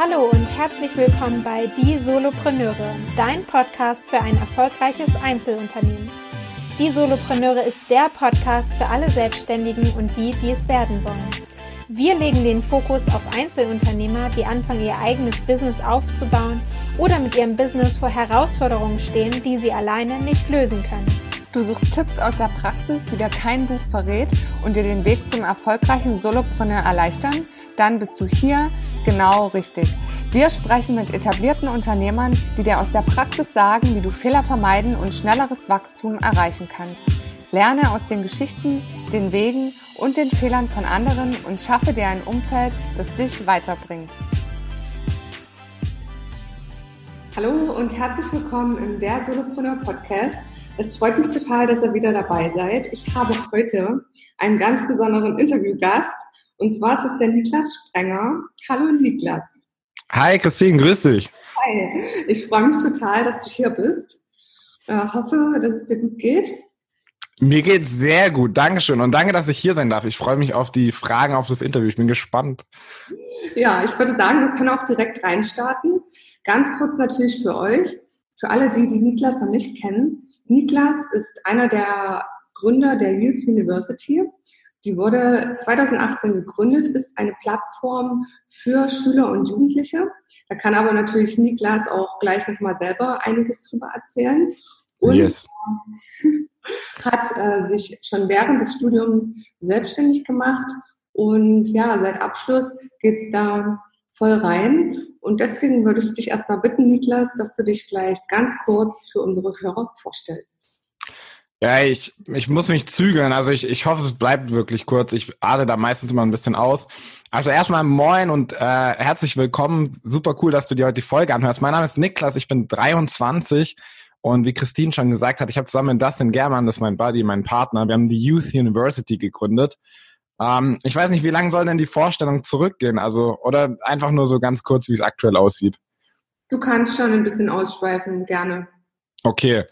Hallo und herzlich willkommen bei Die Solopreneure, dein Podcast für ein erfolgreiches Einzelunternehmen. Die Solopreneure ist der Podcast für alle Selbstständigen und die es werden wollen. Wir legen den Fokus auf Einzelunternehmer, die anfangen, ihr eigenes Business aufzubauen oder mit ihrem Business vor Herausforderungen stehen, die sie alleine nicht lösen können. Du suchst Tipps aus der Praxis, die dir kein Buch verrät und dir den Weg zum erfolgreichen Solopreneur erleichtern? Dann bist du hier genau richtig. Wir sprechen mit etablierten Unternehmern, die dir aus der Praxis sagen, wie du Fehler vermeiden und schnelleres Wachstum erreichen kannst. Lerne aus den Geschichten, den Wegen und den Fehlern von anderen und schaffe dir ein Umfeld, das dich weiterbringt. Hallo und herzlich willkommen im Der Solopreneur Podcast. Es freut mich total, dass ihr wieder dabei seid. Ich habe heute einen ganz besonderen Interviewgast. Und zwar ist es der Niklas Sprenger. Hallo Niklas. Hi Christine, grüß dich. Hi, ich freue mich total, dass du hier bist. Hoffe, dass es dir gut geht. Mir geht's sehr gut, Dankeschön. Und danke, dass ich hier sein darf. Ich freue mich auf die Fragen, auf das Interview. Ich bin gespannt. Ja, ich würde sagen, wir können auch direkt reinstarten. Ganz kurz natürlich für euch, für alle, die Niklas noch nicht kennen. Niklas ist einer der Gründer der Youth University. Die wurde 2018 gegründet, ist eine Plattform für Schüler und Jugendliche. Da kann aber natürlich Niklas auch gleich nochmal selber einiges drüber erzählen. Und yes. Hat sich schon während des Studiums selbstständig gemacht. Und ja, seit Abschluss geht's da voll rein. Und deswegen würde ich dich erstmal bitten, Niklas, dass du dich vielleicht ganz kurz für unsere Hörer vorstellst. Ja, ich muss mich zügeln. Also ich hoffe, es bleibt wirklich kurz. Ich adle da meistens immer ein bisschen aus. Also erstmal moin und herzlich willkommen. Super cool, dass du dir heute die Folge anhörst. Mein Name ist Niklas, ich bin 23 und wie Christine schon gesagt hat, ich habe zusammen mit Dustin German, das ist mein Buddy, mein Partner, wir haben die Youth University gegründet. Ich weiß nicht, wie lange soll denn die Vorstellung zurückgehen? Also oder einfach nur so ganz kurz, wie es aktuell aussieht. Du kannst schon ein bisschen ausschweifen, gerne. Okay.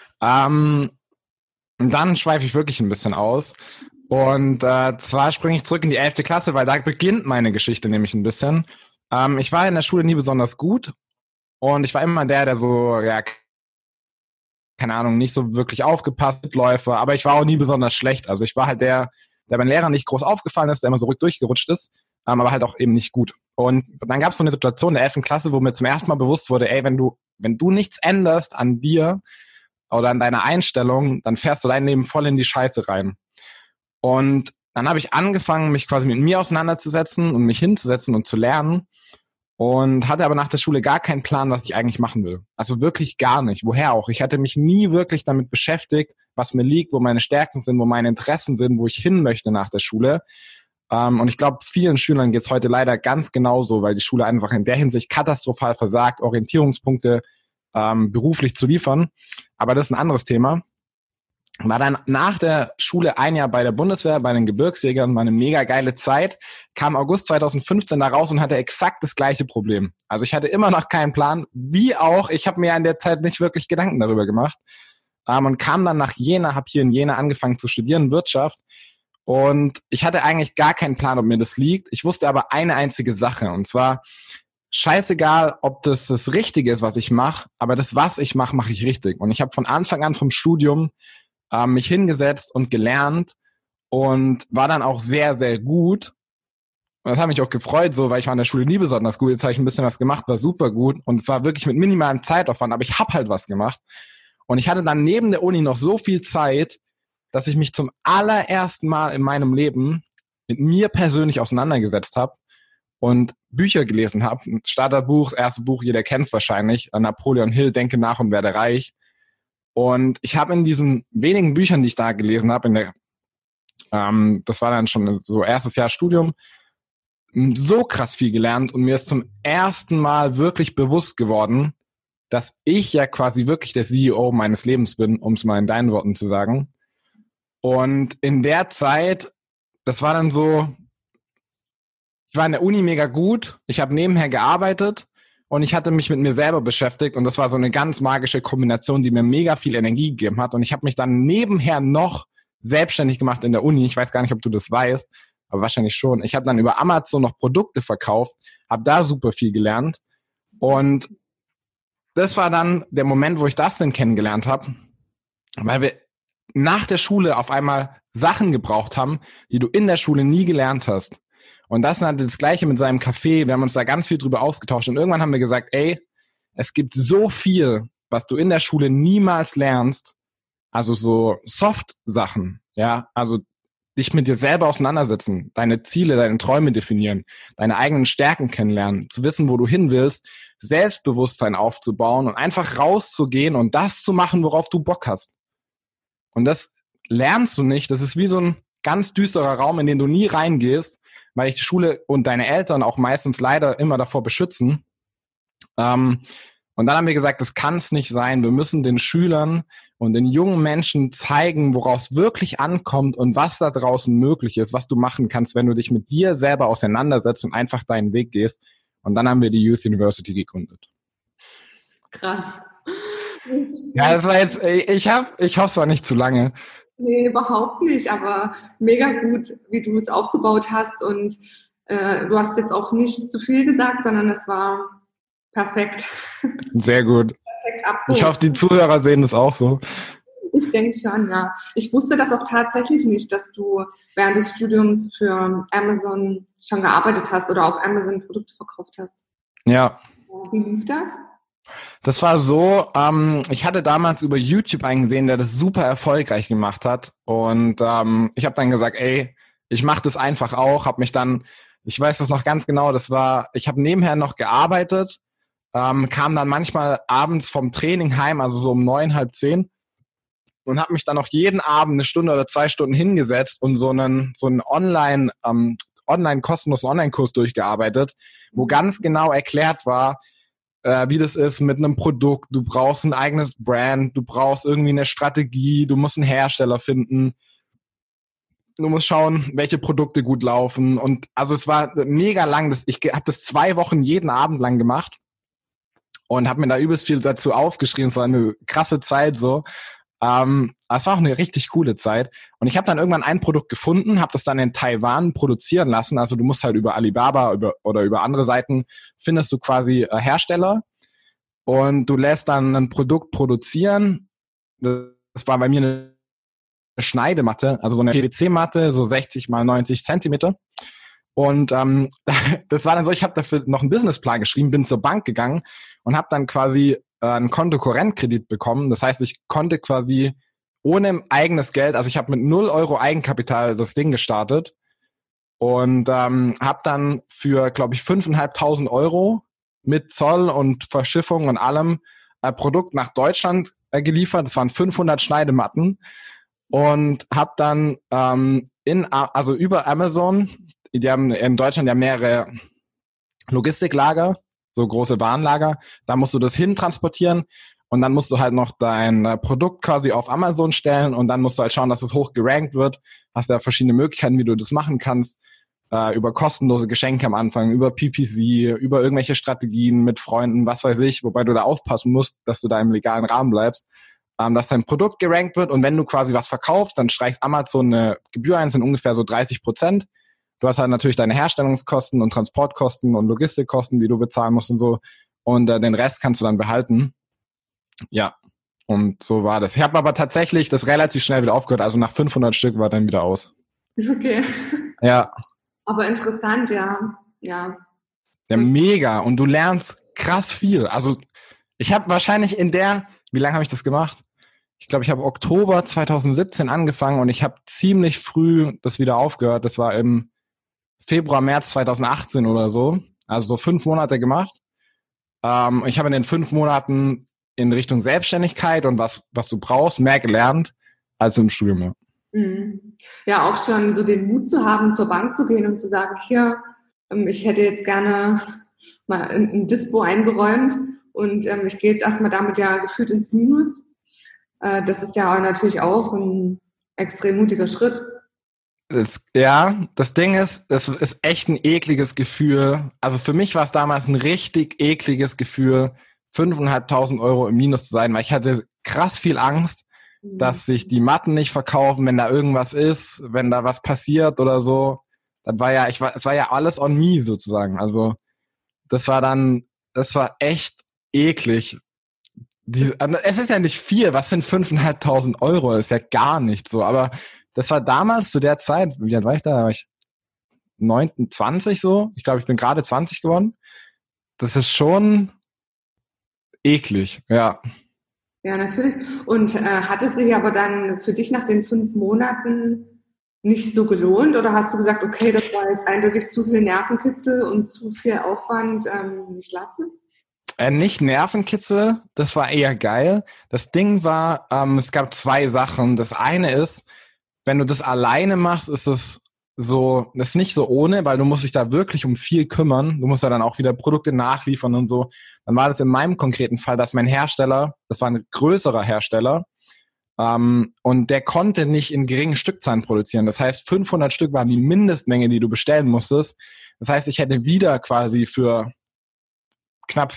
Und dann schweife ich wirklich ein bisschen aus. Und zwar springe ich zurück in die 11. Klasse, weil da beginnt meine Geschichte nämlich ein bisschen. Ich war in der Schule nie besonders gut. Und ich war immer der so, ja, keine Ahnung, nicht so wirklich aufgepasst, Mitläufer. Aber ich war auch nie besonders schlecht. Also ich war halt der meinem Lehrer nicht groß aufgefallen ist, der immer so ruhig durchgerutscht ist. Aber halt auch eben nicht gut. Und dann gab es so eine Situation in der 11. Klasse, wo mir zum ersten Mal bewusst wurde, ey, wenn du nichts änderst an dir, oder an deiner Einstellung, dann fährst du dein Leben voll in die Scheiße rein. Und dann habe ich angefangen, mich quasi mit mir auseinanderzusetzen und mich hinzusetzen und zu lernen und hatte aber nach der Schule gar keinen Plan, was ich eigentlich machen will. Also wirklich gar nicht. Woher auch? Ich hatte mich nie wirklich damit beschäftigt, was mir liegt, wo meine Stärken sind, wo meine Interessen sind, wo ich hin möchte nach der Schule. Und ich glaube, vielen Schülern geht es heute leider ganz genauso, weil die Schule einfach in der Hinsicht katastrophal versagt, Orientierungspunkte beruflich zu liefern. Aber das ist ein anderes Thema. War dann nach der Schule ein Jahr bei der Bundeswehr, bei den Gebirgsjägern, war eine mega geile Zeit. Kam August 2015 da raus und hatte exakt das gleiche Problem. Also ich hatte immer noch keinen Plan, wie auch. Ich habe mir in der Zeit nicht wirklich Gedanken darüber gemacht. Und kam dann nach Jena, habe hier in Jena angefangen zu studieren, Wirtschaft. Und ich hatte eigentlich gar keinen Plan, ob mir das liegt. Ich wusste aber eine einzige Sache, und zwar scheißegal, ob das Richtige ist, was ich mache, aber das, was ich mache, mache ich richtig. Und ich habe von Anfang an vom Studium mich hingesetzt und gelernt und war dann auch sehr, sehr gut. Und das hat mich auch gefreut, so, weil ich war in der Schule nie besonders gut. Jetzt habe ich ein bisschen was gemacht, war super gut. Und es war wirklich mit minimalem Zeitaufwand, aber ich habe halt was gemacht. Und ich hatte dann neben der Uni noch so viel Zeit, dass ich mich zum allerersten Mal in meinem Leben mit mir persönlich auseinandergesetzt habe und Bücher gelesen habe. Ein Starterbuch, das erste Buch, jeder kennt es wahrscheinlich, Napoleon Hill, Denke nach und werde reich. Und ich habe in diesen wenigen Büchern, die ich da gelesen habe, das war dann schon so erstes Jahr Studium, so krass viel gelernt und mir ist zum ersten Mal wirklich bewusst geworden, dass ich ja quasi wirklich der CEO meines Lebens bin, um es mal in deinen Worten zu sagen. Und in der Zeit, das war dann so, ich war in der Uni mega gut, ich habe nebenher gearbeitet und ich hatte mich mit mir selber beschäftigt und das war so eine ganz magische Kombination, die mir mega viel Energie gegeben hat und ich habe mich dann nebenher noch selbstständig gemacht in der Uni. Ich weiß gar nicht, ob du das weißt, aber wahrscheinlich schon. Ich habe dann über Amazon noch Produkte verkauft, habe da super viel gelernt und das war dann der Moment, wo ich das dann kennengelernt habe, weil wir nach der Schule auf einmal Sachen gebraucht haben, die du in der Schule nie gelernt hast. Und das ist halt das Gleiche mit seinem Café. Wir haben uns da ganz viel drüber ausgetauscht und irgendwann haben wir gesagt, ey, es gibt so viel, was du in der Schule niemals lernst, also so Soft-Sachen, ja, also dich mit dir selber auseinandersetzen, deine Ziele, deine Träume definieren, deine eigenen Stärken kennenlernen, zu wissen, wo du hin willst, Selbstbewusstsein aufzubauen und einfach rauszugehen und das zu machen, worauf du Bock hast. Und das lernst du nicht. Das ist wie so ein ganz düsterer Raum, in den du nie reingehst, weil dich die Schule und deine Eltern auch meistens leider immer davor beschützen. Und dann haben wir gesagt, das kann es nicht sein. Wir müssen den Schülern und den jungen Menschen zeigen, worauf es wirklich ankommt und was da draußen möglich ist, was du machen kannst, wenn du dich mit dir selber auseinandersetzt und einfach deinen Weg gehst. Und dann haben wir die Youth University gegründet. Krass. Ja, das war jetzt, ich hoffe, es war nicht zu lange. Nee, überhaupt nicht, aber mega gut, wie du es aufgebaut hast und du hast jetzt auch nicht zu viel gesagt, sondern es war perfekt. Sehr gut. Perfekt abgeholt. Ich hoffe, die Zuhörer sehen das auch so. Ich denke schon, ja. Ich wusste das auch tatsächlich nicht, dass du während des Studiums für Amazon schon gearbeitet hast oder auf Amazon Produkte verkauft hast. Ja. Wie lief das? Das war so, ich hatte damals über YouTube einen gesehen, der das super erfolgreich gemacht hat. Und ich habe dann gesagt, ey, ich mache das einfach auch. Habe mich dann, ich weiß das noch ganz genau, ich habe nebenher noch gearbeitet, kam dann manchmal abends vom Training heim, also so um 9, halb 10 und habe mich dann auch jeden Abend 1 Stunde oder 2 Stunden hingesetzt und so einen online kostenlosen Online-Kurs durchgearbeitet, wo ganz genau erklärt war, wie das ist mit einem Produkt. Du brauchst ein eigenes Brand, du brauchst irgendwie eine Strategie, du musst einen Hersteller finden, du musst schauen, welche Produkte gut laufen. Und also es war mega lang. Ich habe das 2 Wochen jeden Abend lang gemacht und habe mir da übelst viel dazu aufgeschrieben. Es war eine krasse Zeit so. Es war auch eine richtig coole Zeit. Und ich habe dann irgendwann ein Produkt gefunden, habe das dann in Taiwan produzieren lassen. Also du musst halt über Alibaba oder über andere Seiten findest du quasi Hersteller und du lässt dann ein Produkt produzieren. Das war bei mir eine Schneidematte, also so eine PVC-Matte, so 60 mal 90 Zentimeter. Und das war dann so, ich habe dafür noch einen Businessplan geschrieben, bin zur Bank gegangen und habe dann quasi einen Kontokorrentkredit bekommen. Das heißt, ich konnte quasi ohne eigenes Geld, also ich habe mit 0 Euro Eigenkapital das Ding gestartet und habe dann für, glaube ich, 5.500 Euro mit Zoll und Verschiffung und allem Produkt nach Deutschland geliefert. Das waren 500 Schneidematten und habe dann also über Amazon, die haben in Deutschland ja mehrere Logistiklager, so große Warenlager, da musst du das hintransportieren und dann musst du halt noch dein Produkt quasi auf Amazon stellen und dann musst du halt schauen, dass es hoch gerankt wird. Hast ja verschiedene Möglichkeiten, wie du das machen kannst, über kostenlose Geschenke am Anfang, über PPC, über irgendwelche Strategien mit Freunden, was weiß ich, wobei du da aufpassen musst, dass du da im legalen Rahmen bleibst, dass dein Produkt gerankt wird und wenn du quasi was verkaufst, dann streichst Amazon eine Gebühr ein, sind ungefähr so 30%. Du hast halt natürlich deine Herstellungskosten und Transportkosten und Logistikkosten, die du bezahlen musst und so. Und den Rest kannst du dann behalten. Ja, und so war das. Ich habe aber tatsächlich das relativ schnell wieder aufgehört. Also nach 500 Stück war dann wieder aus. Okay. Ja. Aber interessant, ja. Ja, mega. Und du lernst krass viel. Also ich habe wahrscheinlich wie lange habe ich das gemacht? Ich glaube, ich habe Oktober 2017 angefangen und ich habe ziemlich früh das wieder aufgehört. Das war im Februar, März 2018 oder so. Also so 5 Monate gemacht. Ich habe in den 5 Monaten in Richtung Selbstständigkeit und was du brauchst, mehr gelernt als im Studium. Ja. Ja, auch schon so den Mut zu haben, zur Bank zu gehen und zu sagen, hier, ich hätte jetzt gerne mal ein Dispo eingeräumt und ich gehe jetzt erstmal damit ja gefühlt ins Minus. Das ist ja natürlich auch ein extrem mutiger Schritt. Das Ding ist, es ist echt ein ekliges Gefühl. Also für mich war es damals ein richtig ekliges Gefühl, 5.500 Euro im Minus zu sein, weil ich hatte krass viel Angst, dass sich die Matten nicht verkaufen, wenn da irgendwas ist, wenn da was passiert oder so. es war ja alles on me sozusagen. Also das war echt eklig. Es ist ja nicht viel, was sind 5.500 Euro? Das ist ja gar nicht so, aber das war damals zu der Zeit, wie alt war ich da? Da war ich 20 so. Ich glaube, ich bin gerade 20 geworden. Das ist schon eklig, ja. Ja, natürlich. Und hat es sich aber dann für dich nach den 5 Monaten nicht so gelohnt? Oder hast du gesagt, okay, das war jetzt eindeutig zu viel Nervenkitzel und zu viel Aufwand, ich lasse es? Nicht Nervenkitzel, das war eher geil. Das Ding war, es gab 2 Sachen. Das eine ist, wenn du das alleine machst, ist es so, das ist nicht so ohne, weil du musst dich da wirklich um viel kümmern. Du musst ja dann auch wieder Produkte nachliefern und so. Dann war das in meinem konkreten Fall, dass mein Hersteller, das war ein größerer Hersteller, und der konnte nicht in geringen Stückzahlen produzieren. Das heißt, 500 Stück waren die Mindestmenge, die du bestellen musstest. Das heißt, ich hätte wieder quasi für knapp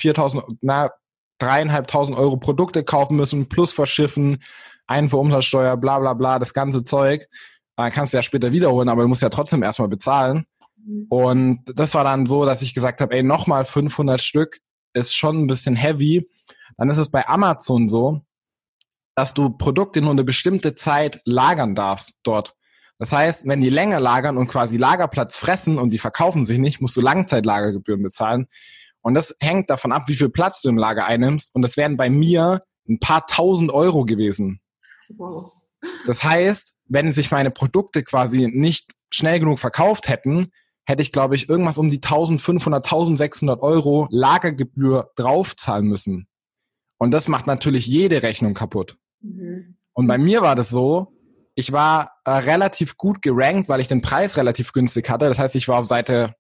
3.500 Euro Produkte kaufen müssen, plus verschiffen, Einfuhrumsatzsteuer, bla bla bla, das ganze Zeug. Kannst du ja später wiederholen, aber du musst ja trotzdem erstmal bezahlen. Und das war dann so, dass ich gesagt habe, nochmal 500 Stück ist schon ein bisschen heavy. Dann ist es bei Amazon so, dass du Produkte nur eine bestimmte Zeit lagern darfst dort. Das heißt, wenn die länger lagern und quasi Lagerplatz fressen und die verkaufen sich nicht, musst du Langzeitlagergebühren bezahlen. Und das hängt davon ab, wie viel Platz du im Lager einnimmst. Und das wären bei mir ein paar 1.000 Euro gewesen. Wow. Das heißt, wenn sich meine Produkte quasi nicht schnell genug verkauft hätten, hätte ich, glaube ich, irgendwas um die 1.500, 1.600 Euro Lagergebühr draufzahlen müssen. Und das macht natürlich jede Rechnung kaputt. Mhm. Und bei mir war das so, ich war relativ gut gerankt, weil ich den Preis relativ günstig hatte. Das heißt, ich war auf Seite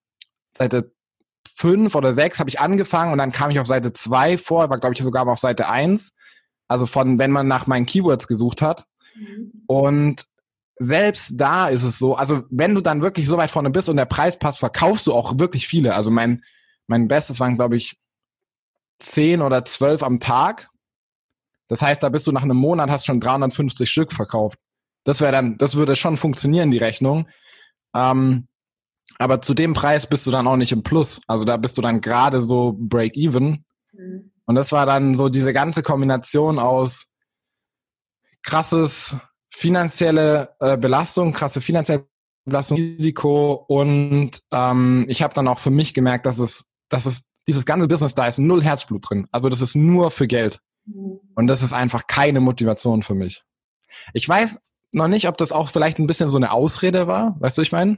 5 oder 6 habe ich angefangen und dann kam ich auf Seite 2 vor, war, glaube ich, sogar auf Seite 1. Also wenn man nach meinen Keywords gesucht hat. Mhm. Und selbst da ist es so, also wenn du dann wirklich so weit vorne bist und der Preis passt, verkaufst du auch wirklich viele. Also mein Bestes waren, glaube ich, 10 oder 12 am Tag. Das heißt, da bist du nach einem Monat, hast schon 350 Stück verkauft. Das würde schon funktionieren, die Rechnung. Aber zu dem Preis bist du dann auch nicht im Plus. Also da bist du dann gerade so Break-Even. Mhm. Und das war dann so diese ganze Kombination aus krasse finanzielle Belastung, Risiko und ich habe dann auch für mich gemerkt, dass es dieses ganze Business, da ist 0 Herzblut drin. Also das ist nur für Geld. Mhm. Und das ist einfach keine Motivation für mich. Ich weiß noch nicht, ob das auch vielleicht ein bisschen so eine Ausrede war. Weißt du, ich meine?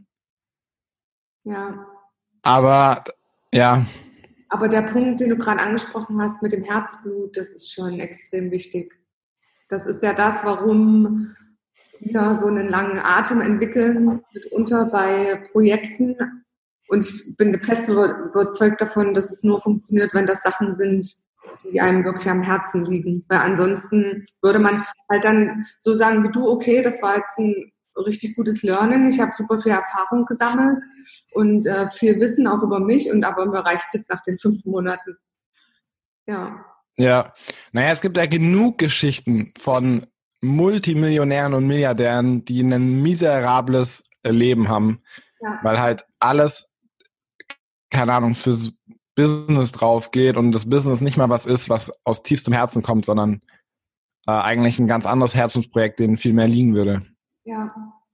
Ja. Aber, ja. Aber der Punkt, den du gerade angesprochen hast mit dem Herzblut, das ist schon extrem wichtig. Das ist ja das, warum wir so einen langen Atem entwickeln, mitunter bei Projekten. Und ich bin fest überzeugt davon, dass es nur funktioniert, wenn das Sachen sind, die einem wirklich am Herzen liegen. Weil ansonsten würde man halt dann so sagen wie du, okay, das war jetzt ein richtig gutes Learning, ich habe super viel Erfahrung gesammelt und viel Wissen auch über mich, aber mir reicht es jetzt nach den 5 Monaten. Ja. Ja, naja, es gibt ja genug Geschichten von Multimillionären und Milliardären, die ein miserables Leben haben, weil halt alles, keine Ahnung, fürs Business drauf geht und das Business nicht mal was ist, was aus tiefstem Herzen kommt, sondern eigentlich ein ganz anderes Herzensprojekt, denen viel mehr liegen würde. Ja,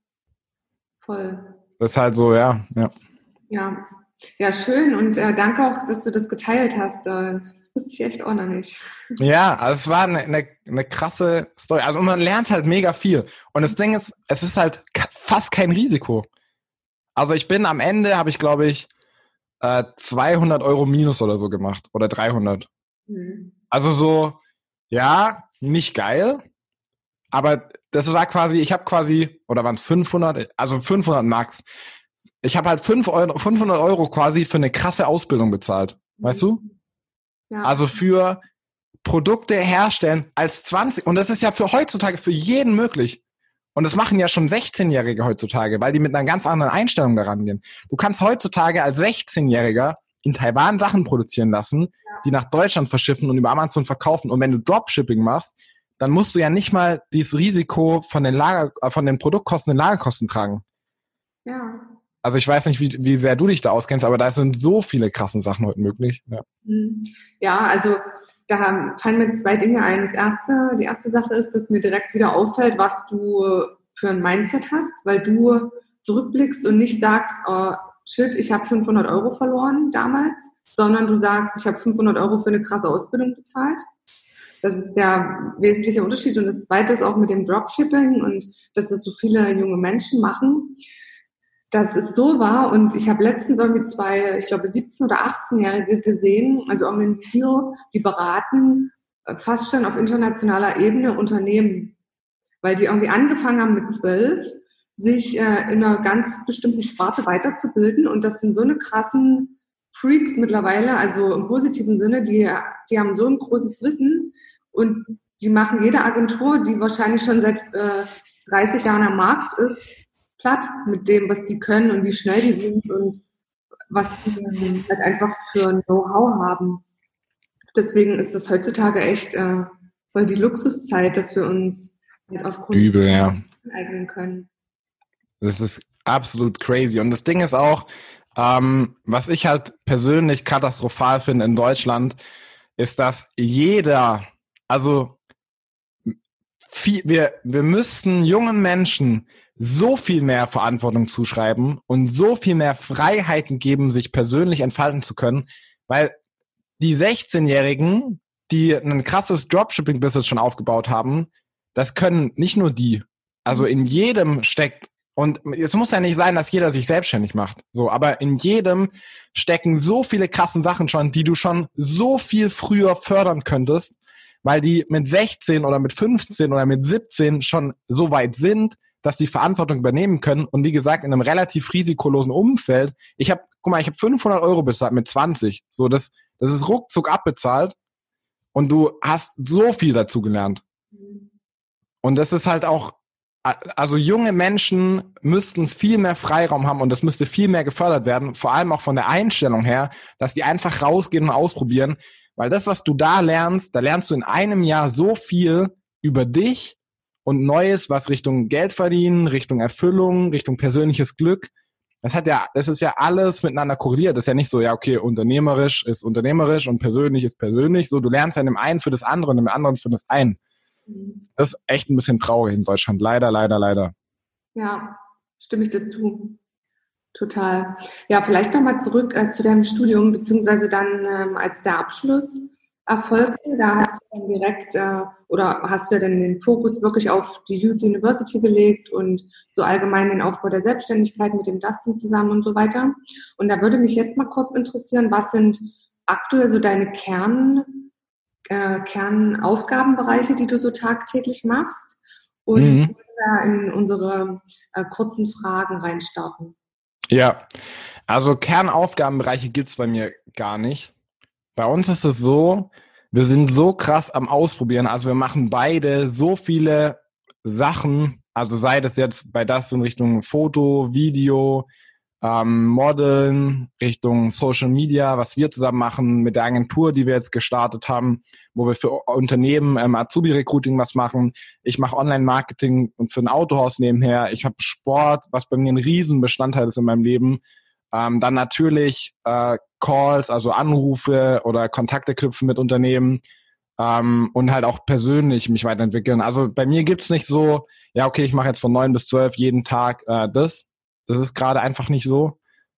voll. Das ist halt so, ja. Ja, schön und danke auch, dass du das geteilt hast. Das wusste ich echt auch noch nicht. Ja, also es war eine krasse Story. Also man lernt halt mega viel. Und das Ding ist, es ist halt fast kein Risiko. Also am Ende habe ich, glaube ich, 200 Euro minus oder so gemacht. Oder 300. Mhm. Also so, ja, nicht geil. Aber das war quasi, oder waren es 500? Also 500 max. Ich habe halt 500 Euro quasi für eine krasse Ausbildung bezahlt. Weißt du? Ja. Also für Produkte herstellen als 20. Und das ist ja für heutzutage für jeden möglich. Und das machen ja schon 16-Jährige heutzutage, weil die mit einer ganz anderen Einstellung daran gehen. Du kannst heutzutage als 16-Jähriger in Taiwan Sachen produzieren lassen, die nach Deutschland verschiffen und über Amazon verkaufen. Und wenn du Dropshipping machst, dann musst du ja nicht mal dieses Risiko von den Produktkosten in Lagerkosten tragen. Ja. Also ich weiß nicht, wie sehr du dich da auskennst, aber da sind so viele krassen Sachen heute möglich. Ja, ja, also da fallen mir 2 Dinge ein. Die erste Sache ist, dass mir direkt wieder auffällt, was du für ein Mindset hast, weil du zurückblickst und nicht sagst, oh, shit, ich habe 500 Euro verloren damals, sondern du sagst, ich habe 500 Euro für eine krasse Ausbildung bezahlt. Das ist der wesentliche Unterschied. Und das Zweite ist auch mit dem Dropshipping und dass es so viele junge Menschen machen, dass es so war. Und ich habe letztens irgendwie 2, ich glaube 17- oder 18-Jährige gesehen, also irgendwie ein Video, die beraten fast schon auf internationaler Ebene Unternehmen, weil die irgendwie angefangen haben mit 12, sich in einer ganz bestimmten Sparte weiterzubilden. Und das sind so eine krassen Freaks mittlerweile, also im positiven Sinne, die haben so ein großes Wissen und die machen jede Agentur, die wahrscheinlich schon seit 30 Jahren am Markt ist, platt mit dem, was die können und wie schnell die sind und was die halt einfach für ein Know-how haben. Deswegen ist das heutzutage echt voll die Luxuszeit, dass wir uns halt aufgrund aneignen können. Das ist absolut crazy. Und das Ding ist auch, was ich halt persönlich katastrophal finde in Deutschland, ist, dass wir müssten jungen Menschen so viel mehr Verantwortung zuschreiben und so viel mehr Freiheiten geben, sich persönlich entfalten zu können, weil die 16-Jährigen, die ein krasses Dropshipping-Business schon aufgebaut haben, das können nicht nur die. Also in jedem steckt, und es muss ja nicht sein, dass jeder sich selbstständig macht, so, aber in jedem stecken so viele krassen Sachen schon, die du schon so viel früher fördern könntest, weil die mit 16 oder mit 15 oder mit 17 schon so weit sind, dass die Verantwortung übernehmen können und wie gesagt, in einem relativ risikolosen Umfeld. Ich habe 500 Euro bezahlt mit 20, so, das ist ruckzuck abbezahlt und du hast so viel dazu gelernt. Und das ist halt auch, also junge Menschen müssten viel mehr Freiraum haben und das müsste viel mehr gefördert werden, vor allem auch von der Einstellung her, dass die einfach rausgehen und ausprobieren, weil das, was du da lernst du in einem Jahr so viel über dich und Neues, was Richtung Geld verdienen, Richtung Erfüllung, Richtung persönliches Glück, das ist ja alles miteinander korreliert. Das ist ja nicht so, ja, okay, unternehmerisch ist unternehmerisch und persönlich ist persönlich, so, du lernst ja in dem einen für das andere und im anderen für das einen. Das ist echt ein bisschen traurig in Deutschland. Leider, leider, leider. Ja, stimme ich dazu. Total. Ja, vielleicht nochmal zurück zu deinem Studium, beziehungsweise dann als der Abschluss erfolgte. Da hast du dann direkt, oder hast du ja dann den Fokus wirklich auf die Youth University gelegt und so allgemein den Aufbau der Selbstständigkeit mit dem Dustin zusammen und so weiter. Und da würde mich jetzt mal kurz interessieren, was sind aktuell so deine Kernaufgabenbereiche, die du so tagtäglich machst, und in unsere kurzen Fragen reinstarten. Ja, also Kernaufgabenbereiche gibt's bei mir gar nicht. Bei uns ist es so, wir sind so krass am Ausprobieren, also wir machen beide so viele Sachen, also sei das jetzt bei das in Richtung Foto, Video, Modeln, Richtung Social Media, was wir zusammen machen mit der Agentur, die wir jetzt gestartet haben, wo wir für Unternehmen Azubi-Recruiting was machen. Ich mache Online-Marketing und für ein Autohaus nebenher. Ich habe Sport, was bei mir ein Riesenbestandteil ist in meinem Leben. Dann natürlich Calls, also Anrufe oder Kontakte knüpfen mit Unternehmen und halt auch persönlich mich weiterentwickeln. Also bei mir gibt's nicht so, ja okay, ich mache jetzt von 9 bis 12 jeden Tag das. Das ist gerade einfach nicht so.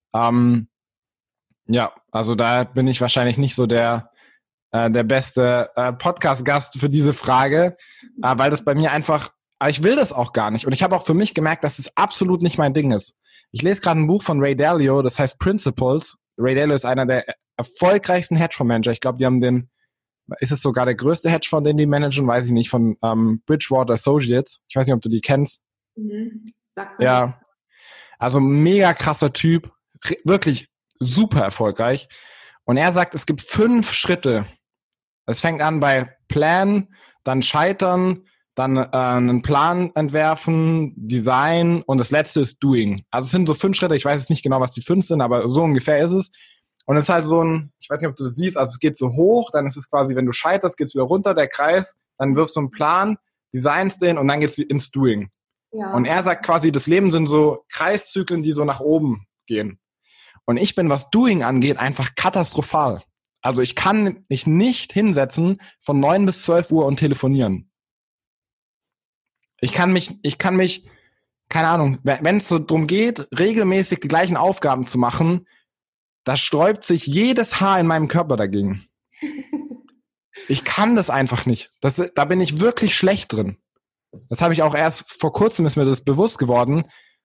Ja, also da bin ich wahrscheinlich nicht so der beste Podcast-Gast für diese Frage, weil das bei mir einfach, ich will das auch gar nicht. Und ich habe auch für mich gemerkt, dass es absolut nicht mein Ding ist. Ich lese gerade ein Buch von Ray Dalio, das heißt Principles. Ray Dalio ist einer der erfolgreichsten Hedgefondsmanager. Ich glaube, die haben ist es sogar der größte Hedgefonds, den die managen, weiß ich nicht, von Bridgewater Associates. Ich weiß nicht, ob du die kennst. Sag mal. Ja. Also mega krasser Typ, wirklich super erfolgreich. Und er sagt, es gibt 5 Schritte. Es fängt an bei Plan, dann Scheitern, dann einen Plan entwerfen, Design und das letzte ist Doing. Also es sind so 5 Schritte, ich weiß jetzt nicht genau, was die 5 sind, aber so ungefähr ist es. Und es ist halt so ich weiß nicht, ob du das siehst, also es geht so hoch, dann ist es quasi, wenn du scheiterst, geht's wieder runter, der Kreis, dann wirfst du einen Plan, designst den und dann geht's ins Doing. Ja. Und er sagt quasi, das Leben sind so Kreiszyklen, die so nach oben gehen. Und ich bin, was Doing angeht, einfach katastrophal. Also ich kann mich nicht hinsetzen von 9 bis 12 Uhr und telefonieren. Ich kann mich, keine Ahnung, wenn es so drum geht, regelmäßig die gleichen Aufgaben zu machen, da sträubt sich jedes Haar in meinem Körper dagegen. Ich kann das einfach nicht. Da bin ich wirklich schlecht drin. Das habe ich auch erst vor kurzem, ist mir das bewusst geworden.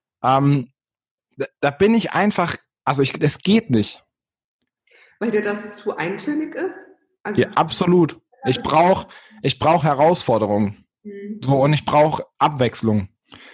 Da bin ich einfach, also es geht nicht. Weil dir das zu eintönig ist? Also ja, absolut. Ich brauch Herausforderungen. So, und ich brauche Abwechslung.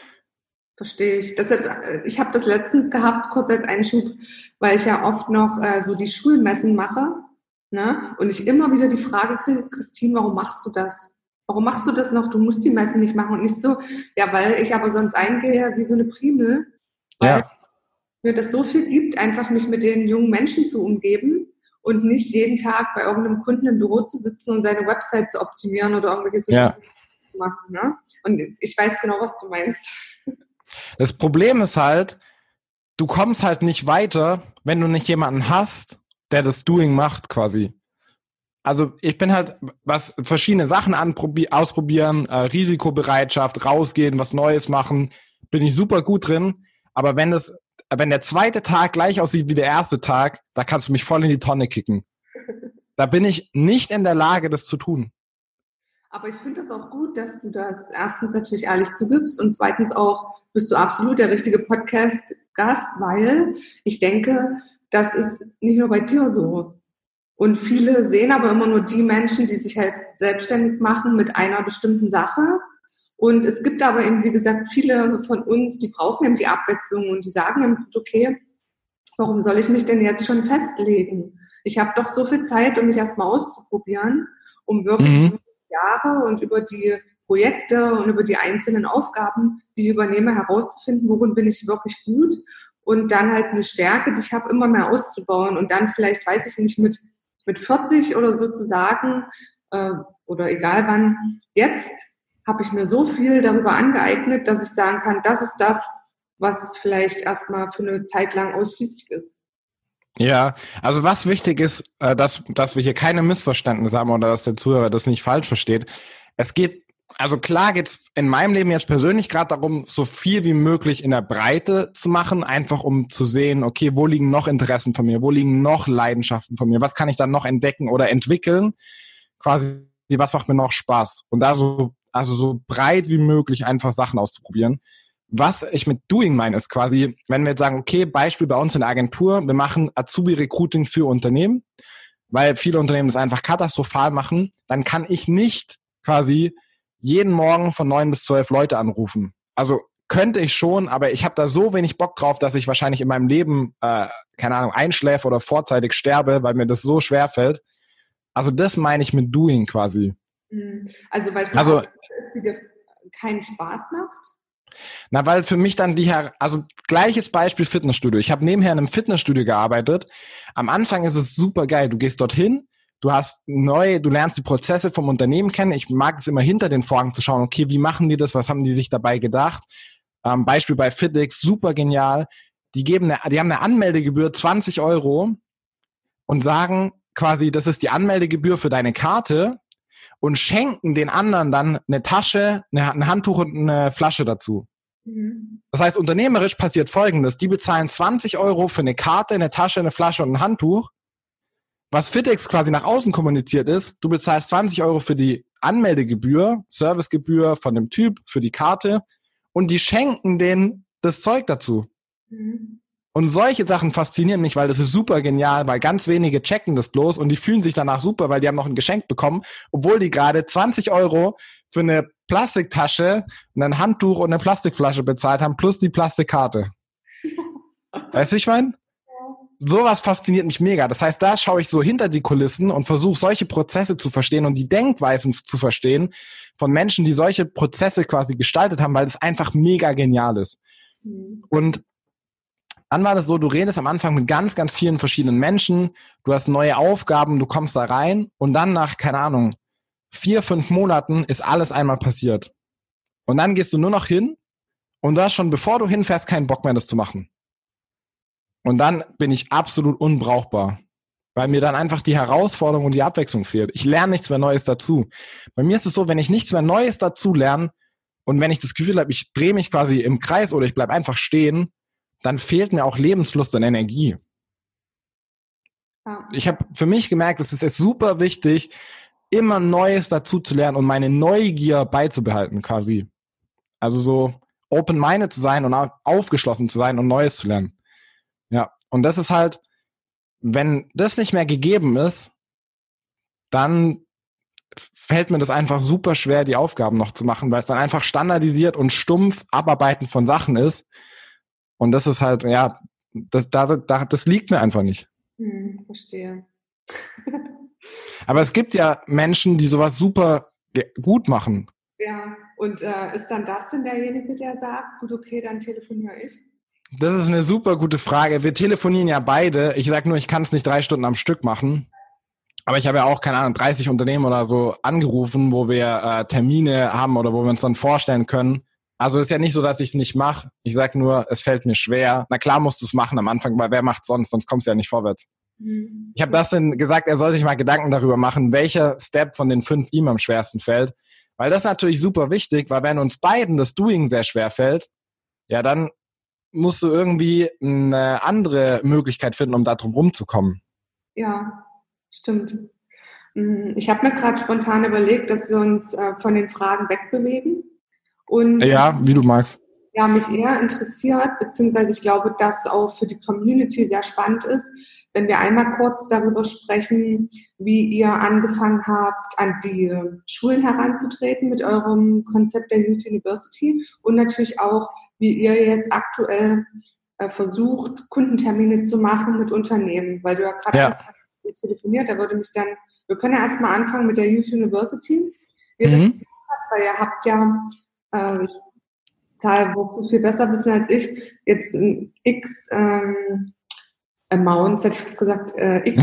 Verstehe ich. Deshalb, ich habe das letztens gehabt, kurz als Einschub, weil ich ja oft noch so die Schulmessen mache, ne? Und ich immer wieder die Frage kriege, Christine, warum machst du das? Warum machst du das noch? Du musst die Messen nicht machen. Und nicht so, ja, weil ich aber sonst eingehe wie so eine Primel, weil mir das so viel gibt, einfach mich mit den jungen Menschen zu umgeben und nicht jeden Tag bei irgendeinem Kunden im Büro zu sitzen und seine Website zu optimieren oder irgendwelche Social Media zu machen. Ne? Und ich weiß genau, was du meinst. Das Problem ist halt, du kommst halt nicht weiter, wenn du nicht jemanden hast, der das Doing macht quasi. Also ich bin halt, was verschiedene Sachen ausprobieren, Risikobereitschaft, rausgehen, was Neues machen, bin ich super gut drin. Aber wenn der zweite Tag gleich aussieht wie der erste Tag, da kannst du mich voll in die Tonne kicken. Da bin ich nicht in der Lage, das zu tun. Aber ich finde das auch gut, dass du das erstens natürlich ehrlich zugibst und zweitens auch bist du absolut der richtige Podcast-Gast, weil ich denke, das ist nicht nur bei dir so. Und viele sehen aber immer nur die Menschen, die sich halt selbstständig machen mit einer bestimmten Sache. Und es gibt aber eben, wie gesagt, viele von uns, die brauchen eben die Abwechslung und die sagen eben, okay, warum soll ich mich denn jetzt schon festlegen? Ich habe doch so viel Zeit, um mich erstmal auszuprobieren, um wirklich über die Jahre und über die Projekte und über die einzelnen Aufgaben, die ich übernehme, herauszufinden, worin bin ich wirklich gut und dann halt eine Stärke, die ich habe, immer mehr auszubauen und dann vielleicht, weiß ich nicht, mit 40 oder so zu sagen, oder egal wann, jetzt habe ich mir so viel darüber angeeignet, dass ich sagen kann, das ist das, was vielleicht erstmal für eine Zeit lang ausschließlich ist. Ja, also was wichtig ist, dass wir hier keine Missverständnisse haben oder dass der Zuhörer das nicht falsch versteht. Also klar geht's in meinem Leben jetzt persönlich gerade darum, so viel wie möglich in der Breite zu machen, einfach um zu sehen, okay, wo liegen noch Interessen von mir, wo liegen noch Leidenschaften von mir, was kann ich dann noch entdecken oder entwickeln, quasi, was macht mir noch Spaß und da so breit wie möglich einfach Sachen auszuprobieren. Was ich mit Doing meine, ist quasi, wenn wir jetzt sagen, okay, Beispiel bei uns in der Agentur, wir machen Azubi-Recruiting für Unternehmen, weil viele Unternehmen das einfach katastrophal machen, dann kann ich nicht quasi jeden Morgen von 9 bis 12 Leute anrufen. Also könnte ich schon, aber ich habe da so wenig Bock drauf, dass ich wahrscheinlich in meinem Leben, keine Ahnung, einschläfe oder vorzeitig sterbe, weil mir das so schwer fällt. Also das meine ich mit Doing quasi. Also weil es ist, die dir keinen Spaß macht? Na, weil für mich dann also gleiches Beispiel Fitnessstudio. Ich habe nebenher in einem Fitnessstudio gearbeitet. Am Anfang ist es super geil. Du gehst dorthin, du lernst die Prozesse vom Unternehmen kennen. Ich mag es immer hinter den Vorhang zu schauen, okay, wie machen die das? Was haben die sich dabei gedacht? Beispiel bei FitX, super genial. Die haben eine Anmeldegebühr 20 € und sagen quasi, das ist die Anmeldegebühr für deine Karte und schenken den anderen dann eine Tasche, ein Handtuch und eine Flasche dazu. Das heißt, unternehmerisch passiert Folgendes. Die bezahlen 20 € für eine Karte, eine Tasche, eine Flasche und ein Handtuch. Was FitX quasi nach außen kommuniziert ist, du bezahlst 20 € für die Anmeldegebühr, Servicegebühr von dem Typ, für die Karte und die schenken denen das Zeug dazu. Und solche Sachen faszinieren mich, weil das ist super genial, weil ganz wenige checken das bloß und die fühlen sich danach super, weil die haben noch ein Geschenk bekommen, obwohl die gerade 20 € für eine Plastiktasche, ein Handtuch und eine Plastikflasche bezahlt haben, plus die Plastikkarte. Weißt du, ich meine? Sowas fasziniert mich mega. Das heißt, da schaue ich so hinter die Kulissen und versuche solche Prozesse zu verstehen und die Denkweisen zu verstehen von Menschen, die solche Prozesse quasi gestaltet haben, weil das einfach mega genial ist. Und dann war das so, du redest am Anfang mit ganz, ganz vielen verschiedenen Menschen, du hast neue Aufgaben, du kommst da rein und dann nach, keine Ahnung, 4-5 Monaten ist alles einmal passiert. Und dann gehst du nur noch hin und du hast schon, bevor du hinfährst, keinen Bock mehr, das zu machen. Und dann bin ich absolut unbrauchbar, weil mir dann einfach die Herausforderung und die Abwechslung fehlt. Ich lerne nichts mehr Neues dazu. Bei mir ist es so, wenn ich nichts mehr Neues dazu lerne und wenn ich das Gefühl habe, ich drehe mich quasi im Kreis oder ich bleibe einfach stehen, dann fehlt mir auch Lebenslust und Energie. Ja. Ich habe für mich gemerkt, es ist super wichtig, immer Neues dazu zu lernen und meine Neugier beizubehalten quasi. Also so open-minded zu sein und aufgeschlossen zu sein und Neues zu lernen. Ja, und das ist halt, wenn das nicht mehr gegeben ist, dann fällt mir das einfach super schwer, die Aufgaben noch zu machen, weil es dann einfach standardisiert und stumpf Abarbeiten von Sachen ist. Und das ist halt, ja, das liegt mir einfach nicht. Verstehe. Aber es gibt ja Menschen, die sowas super gut machen. Ja, und ist dann das denn derjenige, der sagt, gut, okay, dann telefoniere ich? Das ist eine super gute Frage. Wir telefonieren ja beide. Ich sag nur, ich kann es nicht 3 Stunden am Stück machen. Aber ich habe ja auch, keine Ahnung, 30 Unternehmen oder so angerufen, wo wir Termine haben oder wo wir uns dann vorstellen können. Also ist ja nicht so, dass ich es nicht mache. Ich sag nur, es fällt mir schwer. Na klar musst du es machen am Anfang, weil wer macht sonst kommst du ja nicht vorwärts. Ich habe Dustin gesagt, er soll sich mal Gedanken darüber machen, welcher Step von den 5 ihm am schwersten fällt. Weil das ist natürlich super wichtig, weil wenn uns beiden das Doing sehr schwer fällt, ja, dann musst du irgendwie eine andere Möglichkeit finden, um da drum rumzukommen. Ja, stimmt. Ich habe mir gerade spontan überlegt, dass wir uns von den Fragen wegbewegen. Und, ja, wie du magst. Ja, mich eher interessiert, beziehungsweise ich glaube, dass auch für die Community sehr spannend ist, wenn wir einmal kurz darüber sprechen, wie ihr angefangen habt, an die Schulen heranzutreten mit eurem Konzept der Youth University und natürlich auch, wie ihr jetzt aktuell versucht, Kundentermine zu machen mit Unternehmen, weil du ja gerade telefoniert, da würde mich dann, wir können ja erstmal anfangen mit der Youth University. Wie ihr das gemacht habt, weil ihr habt ja, ich Zahl, wo viel besser wissen als ich, jetzt ein X Amounts, hätte ich fast gesagt, X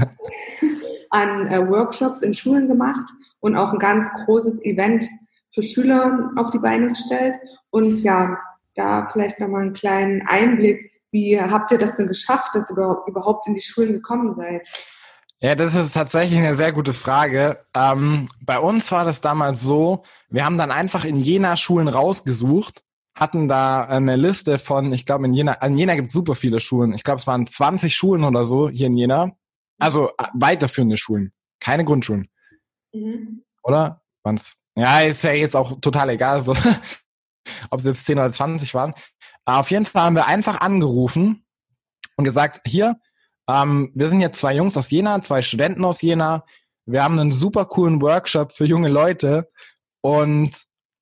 an Workshops in Schulen gemacht und auch ein ganz großes Event für Schüler auf die Beine gestellt. Und ja, da vielleicht nochmal einen kleinen Einblick. Wie habt ihr das denn geschafft, dass ihr überhaupt in die Schulen gekommen seid? Ja, das ist tatsächlich eine sehr gute Frage. Bei uns war das damals so, wir haben dann einfach in Jena Schulen rausgesucht, hatten da eine Liste von, ich glaube in Jena gibt es super viele Schulen. Ich glaube, es waren 20 Schulen oder so hier in Jena. Also weiterführende Schulen, keine Grundschulen. Oder? Waren's? Ja, ist ja jetzt auch total egal, so, ob es jetzt 10 oder 20 waren. Auf jeden Fall haben wir einfach angerufen und gesagt, hier, wir sind jetzt 2 Jungs aus Jena, 2 Studenten aus Jena. Wir haben einen super coolen Workshop für junge Leute. Und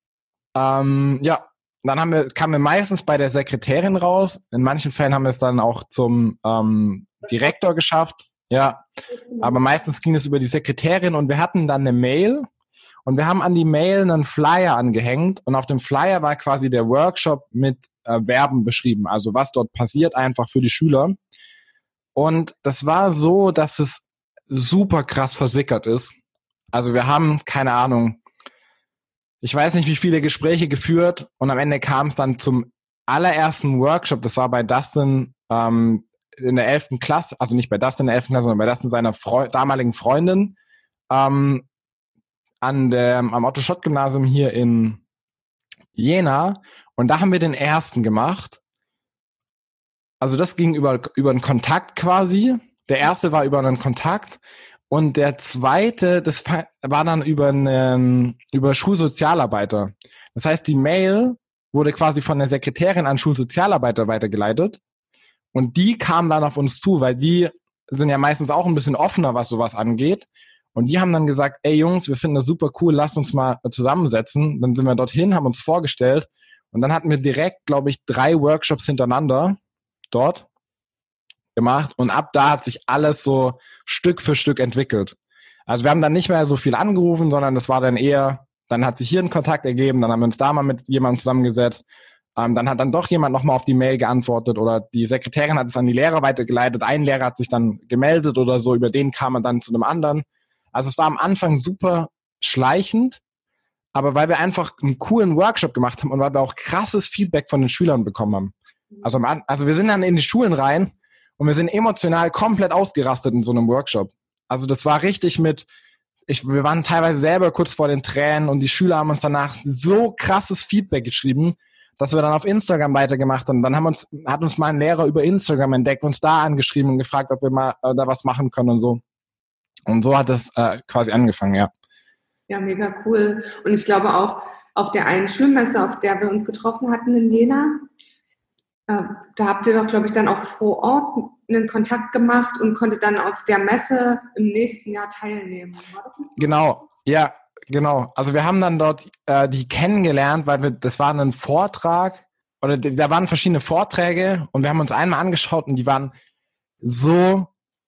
ja, dann kamen wir meistens bei der Sekretärin raus. In manchen Fällen haben wir es dann auch zum Direktor geschafft. Ja, aber meistens ging es über die Sekretärin und wir hatten dann eine Mail. Und wir haben an die Mail einen Flyer angehängt. Und auf dem Flyer war quasi der Workshop mit Verben beschrieben. Also was dort passiert einfach für die Schüler. Und das war so, dass es super krass versickert ist. Also wir haben, keine Ahnung, ich weiß nicht, wie viele Gespräche geführt und am Ende kam es dann zum allerersten Workshop. Das war bei Dustin in der 11. Klasse, also nicht bei Dustin in der 11. Klasse, sondern bei Dustin seiner damaligen Freundin am Otto-Schott-Gymnasium hier in Jena. Und da haben wir den ersten gemacht. Also das ging über einen Kontakt quasi. Der erste war über einen Kontakt und der zweite, das war dann über Schulsozialarbeiter. Das heißt, die Mail wurde quasi von der Sekretärin an Schulsozialarbeiter weitergeleitet und die kamen dann auf uns zu, weil die sind ja meistens auch ein bisschen offener, was sowas angeht. Und die haben dann gesagt, ey Jungs, wir finden das super cool, lasst uns mal zusammensetzen. Dann sind wir dorthin, haben uns vorgestellt und dann hatten wir direkt, glaube ich, 3 Workshops hintereinander dort gemacht und ab da hat sich alles so Stück für Stück entwickelt. Also wir haben dann nicht mehr so viel angerufen, sondern das war dann eher, dann hat sich hier ein Kontakt ergeben, dann haben wir uns da mal mit jemandem zusammengesetzt, dann hat dann doch jemand nochmal auf die Mail geantwortet oder die Sekretärin hat es an die Lehrer weitergeleitet, ein Lehrer hat sich dann gemeldet oder so, über den kam man dann zu einem anderen. Also es war am Anfang super schleichend, aber weil wir einfach einen coolen Workshop gemacht haben und weil wir auch krasses Feedback von den Schülern bekommen haben. Also wir sind dann in die Schulen rein und wir sind emotional komplett ausgerastet in so einem Workshop. Also das war richtig wir waren teilweise selber kurz vor den Tränen und die Schüler haben uns danach so krasses Feedback geschrieben, dass wir dann auf Instagram weitergemacht haben. Dann hat uns mal ein Lehrer über Instagram entdeckt, uns da angeschrieben und gefragt, ob wir mal da was machen können und so. Und so hat es quasi angefangen, ja. Ja, mega cool. Und ich glaube auch, auf der einen Schulmesse, auf der wir uns getroffen hatten in Jena, da habt ihr doch, glaube ich, dann auch vor Ort einen Kontakt gemacht und konntet dann auf der Messe im nächsten Jahr teilnehmen. War das nicht so? Genau, ja, genau. Also wir haben dann dort die kennengelernt, weil das war ein Vortrag, oder da waren verschiedene Vorträge und wir haben uns einmal angeschaut und die waren so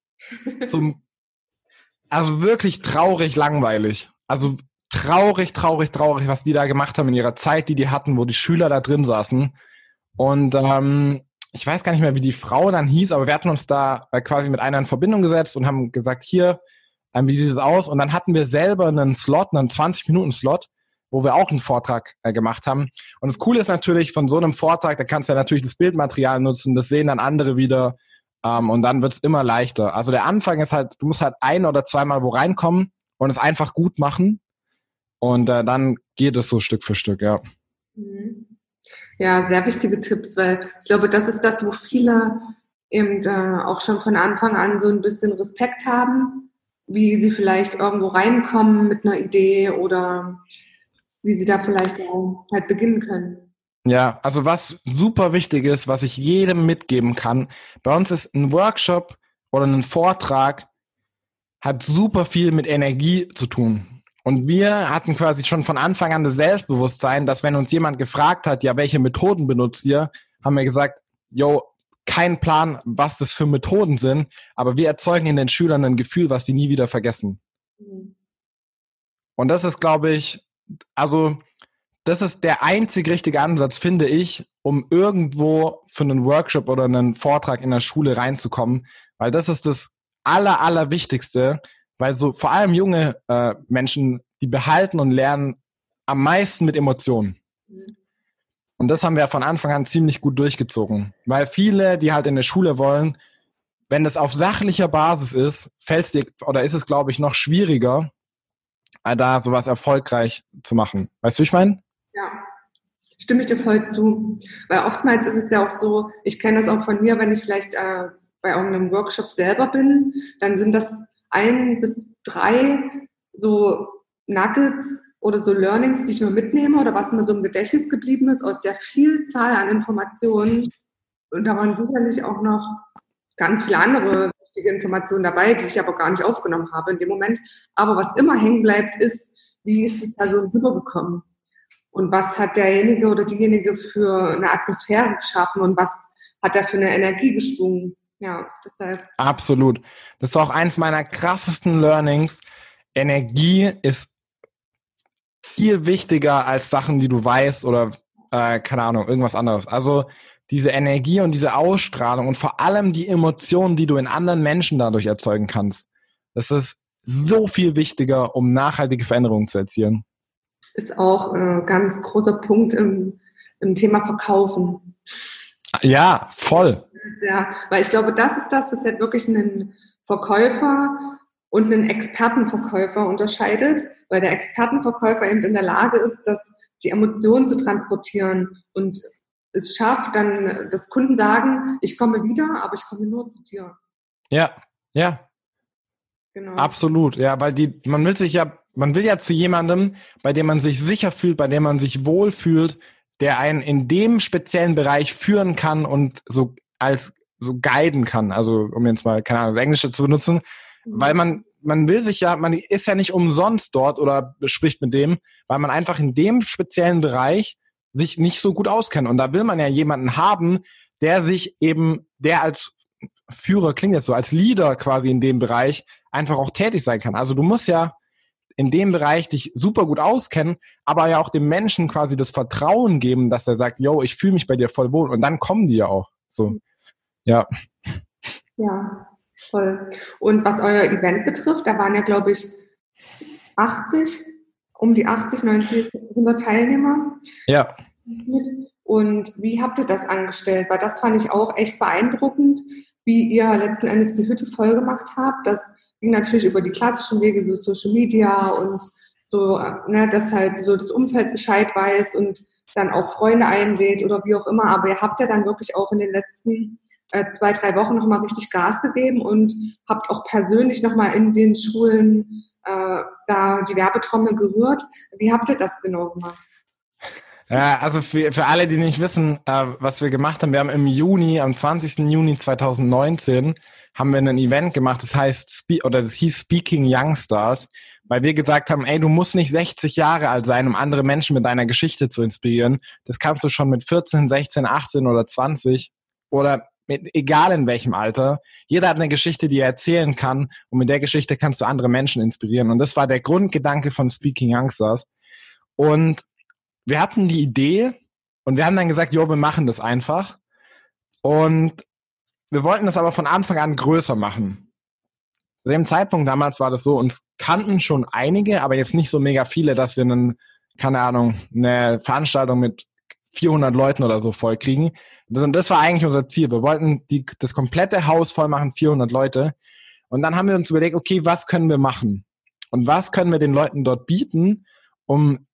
also wirklich traurig langweilig. Also traurig, was die da gemacht haben in ihrer Zeit, die die hatten, wo die Schüler da drin saßen. Und ich weiß gar nicht mehr, wie die Frau dann hieß, aber wir hatten uns da quasi mit einer in Verbindung gesetzt und haben gesagt, hier, wie sieht es aus? Und dann hatten wir selber einen 20-Minuten-Slot, wo wir auch einen Vortrag gemacht haben. Und das Coole ist natürlich, von so einem Vortrag, da kannst du ja natürlich das Bildmaterial nutzen, das sehen dann andere wieder und dann wird's immer leichter. Also der Anfang ist halt, du musst halt ein- oder zweimal wo reinkommen und es einfach gut machen und dann geht es so Stück für Stück, ja. Ja, sehr wichtige Tipps, weil ich glaube, das ist das, wo viele eben auch schon von Anfang an so ein bisschen Respekt haben, wie sie vielleicht irgendwo reinkommen mit einer Idee oder wie sie da vielleicht auch halt beginnen können. Ja, also was super wichtig ist, was ich jedem mitgeben kann, bei uns ist ein Workshop oder ein Vortrag hat super viel mit Energie zu tun. Und wir hatten quasi schon von Anfang an das Selbstbewusstsein, dass wenn uns jemand gefragt hat, ja, welche Methoden benutzt ihr, haben wir gesagt, kein Plan, was das für Methoden sind, aber wir erzeugen in den Schülern ein Gefühl, was die nie wieder vergessen. Und das ist, glaube ich, also das ist der einzig richtige Ansatz, finde ich, um irgendwo für einen Workshop oder einen Vortrag in der Schule reinzukommen, weil das ist das Allerwichtigste, weil so vor allem junge Menschen, die behalten und lernen am meisten mit Emotionen. Und das haben wir von Anfang an ziemlich gut durchgezogen. Weil viele, die halt in der Schule wollen, wenn das auf sachlicher Basis ist, ist es, glaube ich, noch schwieriger, da sowas erfolgreich zu machen. Weißt du, wie ich meine? Ja, stimme ich dir voll zu. Weil oftmals ist es ja auch so, ich kenne das auch von mir, wenn ich vielleicht bei irgendeinem Workshop selber bin, dann sind das 1 bis 3 so Nuggets oder so Learnings, die ich mir mitnehme oder was mir so im Gedächtnis geblieben ist aus der Vielzahl an Informationen. Und da waren sicherlich auch noch ganz viele andere wichtige Informationen dabei, die ich aber gar nicht aufgenommen habe in dem Moment. Aber was immer hängen bleibt, ist, wie ist die Person rübergekommen? Und was hat derjenige oder diejenige für eine Atmosphäre geschaffen und was hat er für eine Energie geschwungen? Ja, deshalb. Absolut. Das war auch eins meiner krassesten Learnings. Energie ist viel wichtiger als Sachen, die du weißt oder, keine Ahnung, irgendwas anderes. Also diese Energie und diese Ausstrahlung und vor allem die Emotionen, die du in anderen Menschen dadurch erzeugen kannst. Das ist so viel wichtiger, um nachhaltige Veränderungen zu erzielen. Ist auch ein ganz großer Punkt im Thema Verkaufen. Ja, voll. Ja, weil ich glaube, das ist das, was halt wirklich einen Verkäufer und einen Expertenverkäufer unterscheidet, weil der Expertenverkäufer eben in der Lage ist, die Emotionen zu transportieren und es schafft dann, dass Kunden sagen, ich komme wieder, aber ich komme nur zu dir. Ja. Genau. Absolut, ja, weil man will ja zu jemandem, bei dem man sich sicher fühlt, bei dem man sich wohlfühlt, der einen in dem speziellen Bereich führen kann und so guiden kann. Also, um jetzt mal, keine Ahnung, das Englische zu benutzen, weil man ist ja nicht umsonst dort oder spricht mit dem, weil man einfach in dem speziellen Bereich sich nicht so gut auskennt. Und da will man ja jemanden haben, der als Führer, klingt jetzt so, als Leader quasi in dem Bereich einfach auch tätig sein kann. Also du musst ja in dem Bereich dich super gut auskennen, aber ja auch dem Menschen quasi das Vertrauen geben, dass er sagt, ich fühle mich bei dir voll wohl. Und dann kommen die ja auch. So, ja. Ja, voll. Und was euer Event betrifft, da waren ja, glaube ich, um die 80, 90, 100 Teilnehmer. Ja. Und wie habt ihr das angestellt? Weil das fand ich auch echt beeindruckend, wie ihr letzten Endes die Hütte voll gemacht habt. Das ging natürlich über die klassischen Wege, so Social Media und so, ne, dass halt so das Umfeld Bescheid weiß und dann auch Freunde einlädt oder wie auch immer. Aber ihr habt ja dann wirklich auch in den letzten 2-3 Wochen nochmal richtig Gas gegeben und habt auch persönlich nochmal in den Schulen da die Werbetrommel gerührt. Wie habt ihr das genau gemacht? Ja, also für alle, die nicht wissen, was wir gemacht haben, wir haben im Juni, am 20. Juni 2019, haben wir ein Event gemacht, das hieß Speaking Youngstars, weil wir gesagt haben, ey, du musst nicht 60 Jahre alt sein, um andere Menschen mit deiner Geschichte zu inspirieren. Das kannst du schon mit 14, 16, 18 oder 20 oder egal in welchem Alter. Jeder hat eine Geschichte, die er erzählen kann und mit der Geschichte kannst du andere Menschen inspirieren. Und das war der Grundgedanke von Speaking Youngstars. Und wir hatten die Idee und wir haben dann gesagt, jo, wir machen das einfach. Und wir wollten das aber von Anfang an größer machen. Zu dem Zeitpunkt damals war das so, uns kannten schon einige, aber jetzt nicht so mega viele, dass wir eine Veranstaltung mit 400 Leuten oder so voll kriegen. Das war eigentlich unser Ziel. Wir wollten das komplette Haus voll machen, 400 Leute. Und dann haben wir uns überlegt, okay, was können wir machen? Und was können wir den Leuten dort bieten, um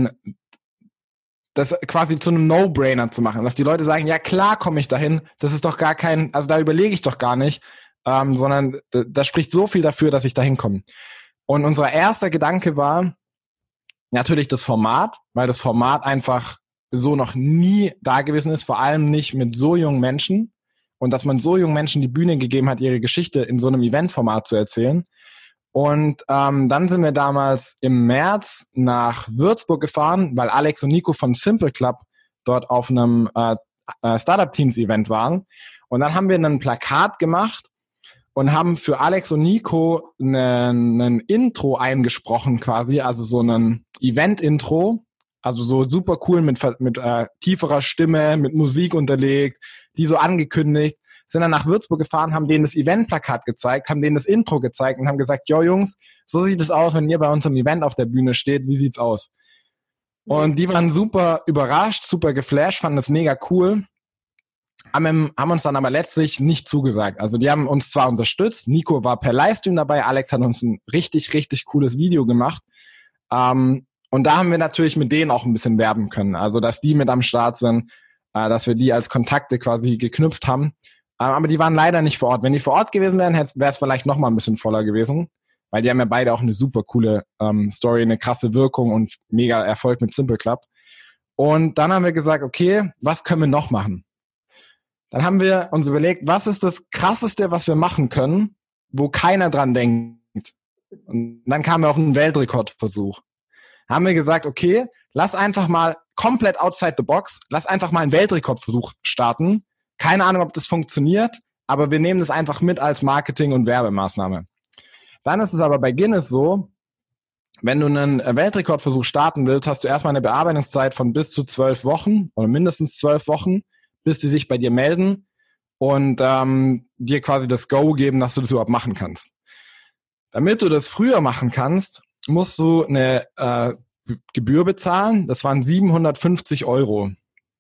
das quasi zu einem No-Brainer zu machen, dass die Leute sagen, ja klar komme ich dahin, das ist doch da überlege ich doch gar nicht, sondern da spricht so viel dafür, dass ich dahin komme. Und unser erster Gedanke war natürlich das Format, weil das Format einfach so noch nie da gewesen ist, vor allem nicht mit so jungen Menschen und dass man so jungen Menschen die Bühne gegeben hat, ihre Geschichte in so einem Eventformat zu erzählen. Und dann sind wir damals im März nach Würzburg gefahren, weil Alex und Nico von Simple Club dort auf einem Startup Teens Event waren. Und dann haben wir ein Plakat gemacht und haben für Alex und Nico ein Intro eingesprochen quasi, also so ein Event-Intro, also so super cool mit tieferer Stimme, mit Musik unterlegt, die so angekündigt. Sind dann nach Würzburg gefahren, haben denen das Eventplakat gezeigt, haben denen das Intro gezeigt und haben gesagt, jo Jungs, so sieht es aus, wenn ihr bei uns im Event auf der Bühne steht, wie sieht's aus? Und die waren super überrascht, super geflasht, fanden das mega cool, haben uns dann aber letztlich nicht zugesagt. Also die haben uns zwar unterstützt, Nico war per Livestream dabei, Alex hat uns ein richtig, richtig cooles Video gemacht. Und da haben wir natürlich mit denen auch ein bisschen werben können, also dass die mit am Start sind, dass wir die als Kontakte quasi geknüpft haben. Aber die waren leider nicht vor Ort. Wenn die vor Ort gewesen wären, wäre es vielleicht noch mal ein bisschen voller gewesen, weil die haben ja beide auch eine super coole Story, eine krasse Wirkung und mega Erfolg mit Simple Club. Und dann haben wir gesagt, okay, was können wir noch machen? Dann haben wir uns überlegt, was ist das Krasseste, was wir machen können, wo keiner dran denkt. Und dann kamen wir auf einen Weltrekordversuch. Haben wir gesagt, okay, lass einfach mal komplett outside the box, lass einfach mal einen Weltrekordversuch starten. Keine Ahnung, ob das funktioniert, aber wir nehmen das einfach mit als Marketing- und Werbemaßnahme. Dann ist es aber bei Guinness so, wenn du einen Weltrekordversuch starten willst, hast du erstmal eine Bearbeitungszeit von bis zu 12 Wochen oder mindestens 12 Wochen, bis sie sich bei dir melden und dir quasi das Go geben, dass du das überhaupt machen kannst. Damit du das früher machen kannst, musst du eine Gebühr bezahlen. Das waren 750 €.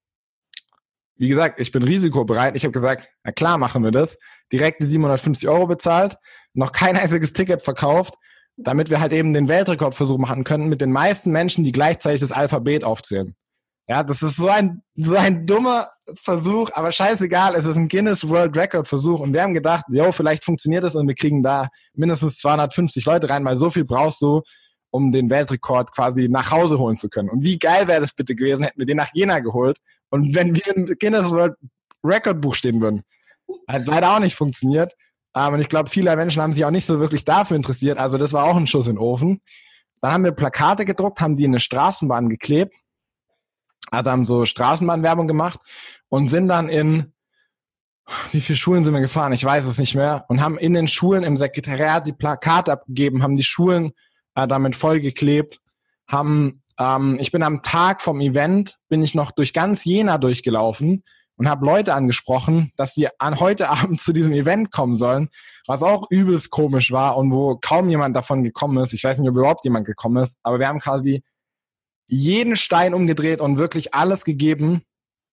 Wie gesagt, ich bin risikobereit. Ich habe gesagt, na klar machen wir das. Direkt die 750 € bezahlt, noch kein einziges Ticket verkauft, damit wir halt eben den Weltrekordversuch machen können mit den meisten Menschen, die gleichzeitig das Alphabet aufzählen. Ja, das ist so ein dummer Versuch, aber scheißegal, es ist ein Guinness World Record Versuch und wir haben gedacht, vielleicht funktioniert das und wir kriegen da mindestens 250 Leute rein, weil so viel brauchst du, um den Weltrekord quasi nach Hause holen zu können. Und wie geil wäre das bitte gewesen, hätten wir den nach Jena geholt. Und wenn wir im Guinness World Record Buch stehen würden, hat leider auch nicht funktioniert. Und ich glaube, viele Menschen haben sich auch nicht so wirklich dafür interessiert. Also das war auch ein Schuss in den Ofen. Dann haben wir Plakate gedruckt, haben die in eine Straßenbahn geklebt. Also haben so Straßenbahnwerbung gemacht und sind dann wie viele Schulen sind wir gefahren? Ich weiß es nicht mehr. Und haben in den Schulen im Sekretariat die Plakate abgegeben, haben die Schulen damit vollgeklebt, ich bin am Tag vom Event, bin ich noch durch ganz Jena durchgelaufen und habe Leute angesprochen, dass sie heute Abend zu diesem Event kommen sollen, was auch übelst komisch war und wo kaum jemand davon gekommen ist. Ich weiß nicht, ob überhaupt jemand gekommen ist, aber wir haben quasi jeden Stein umgedreht und wirklich alles gegeben,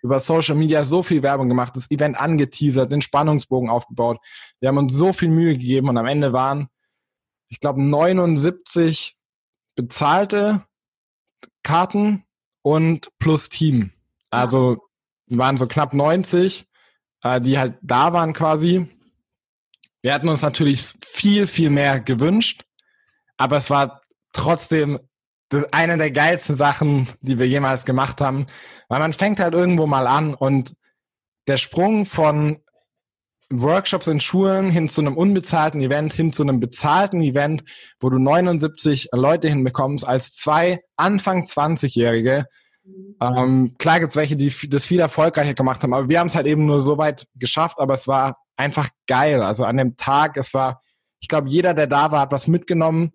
über Social Media so viel Werbung gemacht, das Event angeteasert, den Spannungsbogen aufgebaut. Wir haben uns so viel Mühe gegeben und am Ende waren, ich glaube, 79 bezahlte Karten und plus Team. Also waren so knapp 90, die halt da waren quasi. Wir hatten uns natürlich viel, viel mehr gewünscht, aber es war trotzdem eine der geilsten Sachen, die wir jemals gemacht haben, weil man fängt halt irgendwo mal an und der Sprung von Workshops in Schulen hin zu einem unbezahlten Event, hin zu einem bezahlten Event, wo du 79 Leute hinbekommst als zwei Anfang 20-Jährige. Klar gibt's welche, die das viel erfolgreicher gemacht haben, aber wir haben es halt eben nur so weit geschafft, aber es war einfach geil. Also an dem Tag, ich glaube, jeder, der da war, hat was mitgenommen.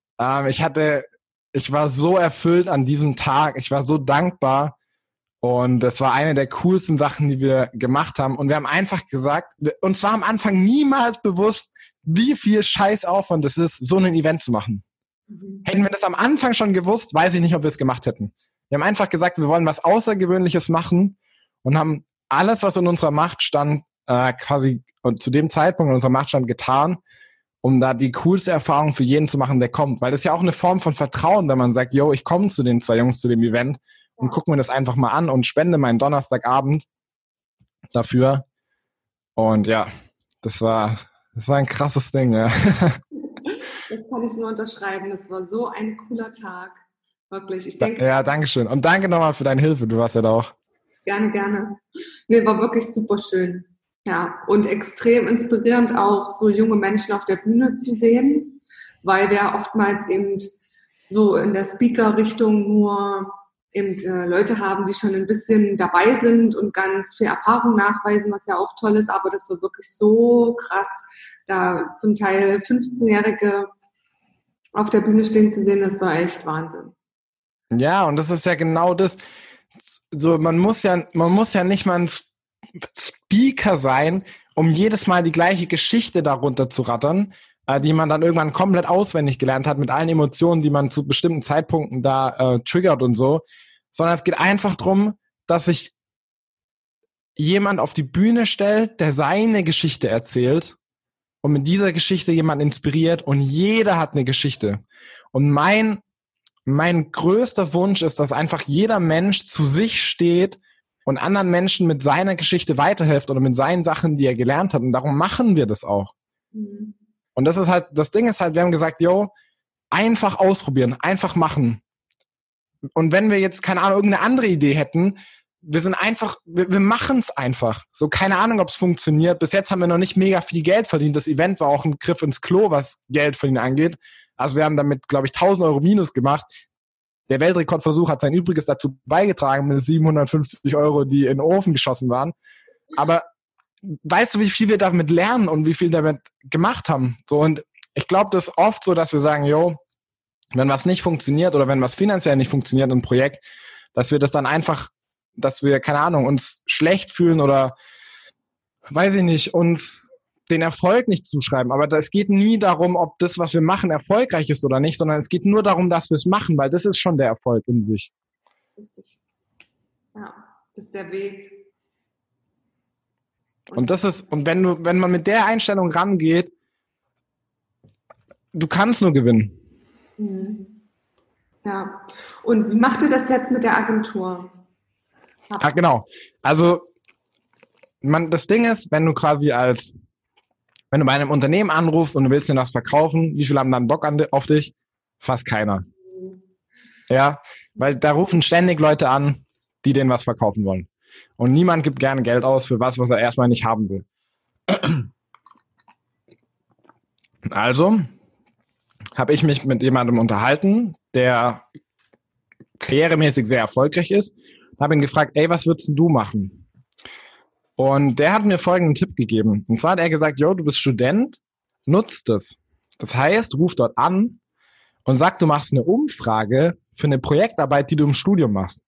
Ich war so erfüllt an diesem Tag, ich war so dankbar und das war eine der coolsten Sachen, die wir gemacht haben und wir haben einfach gesagt, uns war am Anfang niemals bewusst, wie viel Scheißaufwand es ist, so ein Event zu machen. Hätten wir das am Anfang schon gewusst, weiß ich nicht, ob wir es gemacht hätten. Wir haben einfach gesagt, wir wollen was Außergewöhnliches machen und haben alles, was in unserer Macht stand, quasi und zu dem Zeitpunkt in unserer Macht stand, getan, um da die coolste Erfahrung für jeden zu machen, der kommt. Weil das ist ja auch eine Form von Vertrauen, wenn man sagt, yo, ich komme zu den zwei Jungs zu dem Event und guck mir das einfach mal an und spende meinen Donnerstagabend dafür. Und ja, das war ein krasses Ding, ja. Das kann ich nur unterschreiben. Das war so ein cooler Tag. Wirklich. Ich denke. Ja, danke schön. Und danke nochmal für deine Hilfe. Du warst ja da auch. Gerne, gerne. Nee, war wirklich super schön. Ja, und extrem inspirierend auch, so junge Menschen auf der Bühne zu sehen, weil wir oftmals eben so in der Speaker-Richtung nur eben Leute haben, die schon ein bisschen dabei sind und ganz viel Erfahrung nachweisen, was ja auch toll ist, aber das war wirklich so krass, da zum Teil 15-Jährige auf der Bühne stehen zu sehen, das war echt Wahnsinn. Ja, und das ist ja genau das. So, man muss ja nicht mal ein Speaker sein, um jedes Mal die gleiche Geschichte darunter zu rattern, die man dann irgendwann komplett auswendig gelernt hat, mit allen Emotionen, die man zu bestimmten Zeitpunkten da triggert und so, sondern es geht einfach darum, dass sich jemand auf die Bühne stellt, der seine Geschichte erzählt und mit dieser Geschichte jemand inspiriert und jeder hat eine Geschichte. Und mein größter Wunsch ist, dass einfach jeder Mensch zu sich steht und anderen Menschen mit seiner Geschichte weiterhilft oder mit seinen Sachen, die er gelernt hat. Und darum machen wir das auch. Mhm. Und das Ding ist halt, wir haben gesagt, yo, einfach ausprobieren, einfach machen. Und wenn wir jetzt, keine Ahnung, irgendeine andere Idee hätten, wir machen es einfach. So, keine Ahnung, ob es funktioniert. Bis jetzt haben wir noch nicht mega viel Geld verdient. Das Event war auch ein Griff ins Klo, was Geld verdienen angeht. Also wir haben damit, glaube ich, 1.000 Euro minus gemacht. Der Weltrekordversuch hat sein Übriges dazu beigetragen mit 750 Euro, die in den Ofen geschossen waren. Aber weißt du, wie viel wir damit lernen und wie viel damit gemacht haben? So, und ich glaube, das ist oft so, dass wir sagen, yo, wenn was nicht funktioniert oder wenn was finanziell nicht funktioniert im Projekt, dass wir das dann einfach, dass wir, keine Ahnung, uns schlecht fühlen oder, weiß ich nicht, uns den Erfolg nicht zuschreiben. Aber es geht nie darum, ob das, was wir machen, erfolgreich ist oder nicht, sondern es geht nur darum, dass wir es machen, weil das ist schon der Erfolg in sich. Richtig. Ja, das ist der Weg. Und wenn man mit der Einstellung rangeht, du kannst nur gewinnen. Mhm. Ja. Und wie macht ihr das jetzt mit der Agentur? Ach, genau. Also, das Ding ist, wenn du bei einem Unternehmen anrufst und du willst dir was verkaufen, wie viele haben dann Bock auf dich? Fast keiner. Ja, weil da rufen ständig Leute an, die denen was verkaufen wollen. Und niemand gibt gerne Geld aus für was er erstmal nicht haben will. Also habe ich mich mit jemandem unterhalten, der karrieremäßig sehr erfolgreich ist. Habe ihn gefragt, ey, was würdest du machen? Und der hat mir folgenden Tipp gegeben. Und zwar hat er gesagt, jo, du bist Student, nutzt es. Das heißt, ruf dort an und sag, du machst eine Umfrage für eine Projektarbeit, die du im Studium machst.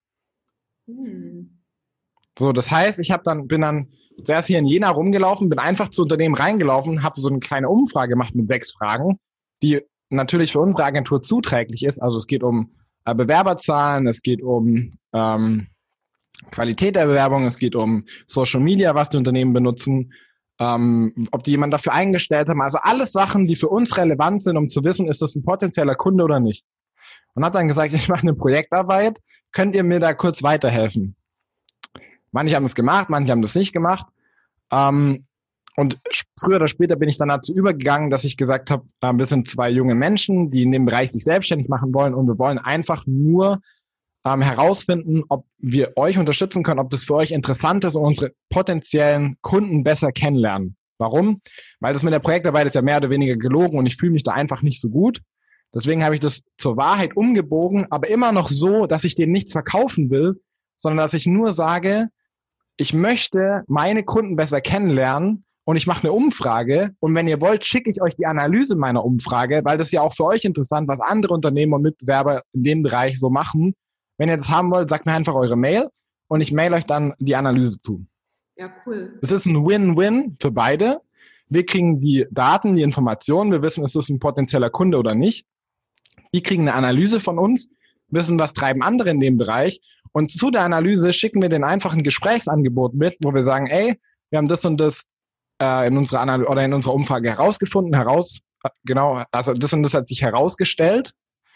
So, das heißt, bin dann zuerst hier in Jena rumgelaufen, bin einfach zu Unternehmen reingelaufen, habe so eine kleine Umfrage gemacht mit 6 Fragen, die natürlich für unsere Agentur zuträglich ist. Also es geht um Bewerberzahlen, es geht um Qualität der Bewerbung, es geht um Social Media, was die Unternehmen benutzen, ob die jemand dafür eingestellt haben. Also alles Sachen, die für uns relevant sind, um zu wissen, ist das ein potenzieller Kunde oder nicht. Und hat dann gesagt, ich mache eine Projektarbeit, könnt ihr mir da kurz weiterhelfen? Manche haben es gemacht, manche haben das nicht gemacht. Und früher oder später bin ich dann dazu übergegangen, dass ich gesagt habe, wir sind 2 junge Menschen, die in dem Bereich sich selbstständig machen wollen und wir wollen einfach nur herausfinden, ob wir euch unterstützen können, ob das für euch interessant ist und unsere potenziellen Kunden besser kennenlernen. Warum? Weil das mit der Projektarbeit ist ja mehr oder weniger gelogen und ich fühle mich da einfach nicht so gut. Deswegen habe ich das zur Wahrheit umgebogen, aber immer noch so, dass ich denen nichts verkaufen will, sondern dass ich nur sage, ich möchte meine Kunden besser kennenlernen und ich mache eine Umfrage und wenn ihr wollt, schicke ich euch die Analyse meiner Umfrage, weil das ist ja auch für euch interessant, was andere Unternehmen und Mitbewerber in dem Bereich so machen. Wenn ihr das haben wollt, sagt mir einfach eure Mail und ich mail euch dann die Analyse zu. Ja, cool. Es ist ein Win-Win für beide. Wir kriegen die Daten, die Informationen, wir wissen, ist es ein potenzieller Kunde oder nicht. Die kriegen eine Analyse von uns, wissen, was treiben andere in dem Bereich und zu der Analyse schicken wir denen einfach ein Gesprächsangebot mit, wo wir sagen, ey, wir haben das und das in unserer Analyse oder in unserer Umfrage herausgefunden, also das und das hat sich herausgestellt.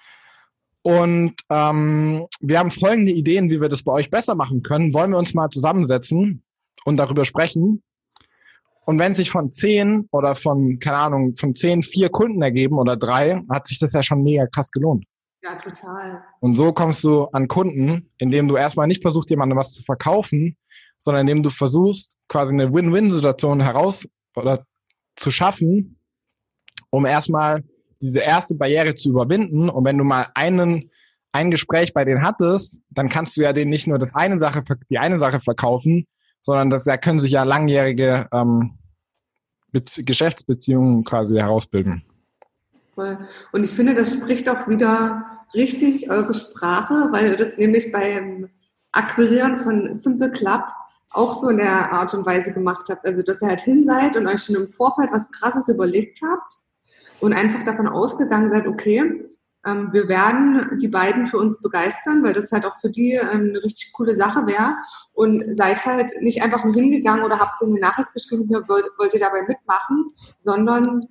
Und wir haben folgende Ideen, wie wir das bei euch besser machen können. Wollen wir uns mal zusammensetzen und darüber sprechen? Und wenn sich von 10 oder von 10 4 Kunden ergeben oder 3, hat sich das ja schon mega krass gelohnt. Ja, total. Und so kommst du an Kunden, indem du erstmal nicht versuchst, jemandem was zu verkaufen, sondern indem du versuchst, quasi eine Win-Win-Situation zu schaffen, um erstmal diese erste Barriere zu überwinden. Und wenn du mal ein Gespräch bei denen hattest, dann kannst du ja denen nicht nur die eine Sache verkaufen, sondern können sich ja langjährige Geschäftsbeziehungen quasi herausbilden. Cool. Und ich finde, das spricht auch wieder richtig eure Sprache, weil ihr das nämlich beim Akquirieren von Simple Club auch so in der Art und Weise gemacht habt. Also, dass ihr halt hin seid und euch schon im Vorfeld was Krasses überlegt habt und einfach davon ausgegangen seid, okay, wir werden die beiden für uns begeistern, weil das halt auch für die eine richtig coole Sache wäre und seid halt nicht einfach nur hingegangen oder habt eine Nachricht geschrieben, hier wollt ihr dabei mitmachen, sondern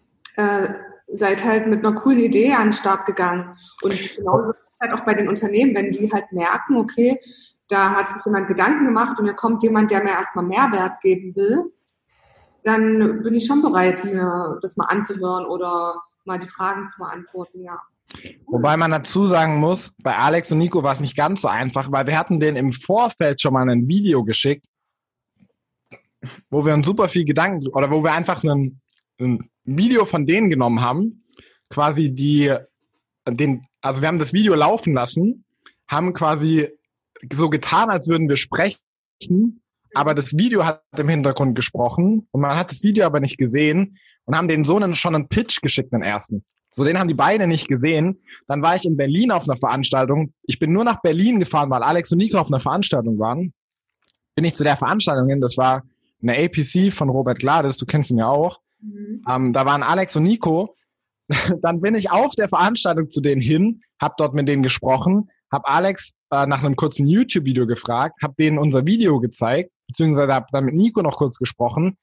seid halt mit einer coolen Idee an den Start gegangen. Und genauso ist es halt auch bei den Unternehmen, wenn die halt merken, okay, da hat sich jemand Gedanken gemacht und da kommt jemand, der mir erstmal Mehrwert geben will, dann bin ich schon bereit, mir das mal anzuhören oder mal die Fragen zu beantworten, ja. Wobei man dazu sagen muss, bei Alex und Nico war es nicht ganz so einfach, weil wir hatten denen im Vorfeld schon mal ein Video geschickt, wo wir uns super viel Gedanken, oder wo wir einfach ein Video von denen genommen haben, quasi also wir haben das Video laufen lassen, haben quasi so getan, als würden wir sprechen, aber das Video hat im Hintergrund gesprochen und man hat das Video aber nicht gesehen und haben denen schon einen Pitch geschickt, den ersten. So, den haben die beide nicht gesehen. Dann war ich in Berlin auf einer Veranstaltung. Ich bin nur nach Berlin gefahren, weil Alex und Nico auf einer Veranstaltung waren. Bin ich zu der Veranstaltung hin. Das war eine APC von Robert Glades. Du kennst ihn ja auch. Mhm. Da waren Alex und Nico. Dann bin ich auf der Veranstaltung zu denen hin, hab dort mit denen gesprochen, hab Alex nach einem kurzen YouTube-Video gefragt, hab denen unser Video gezeigt, beziehungsweise hab dann mit Nico noch kurz gesprochen.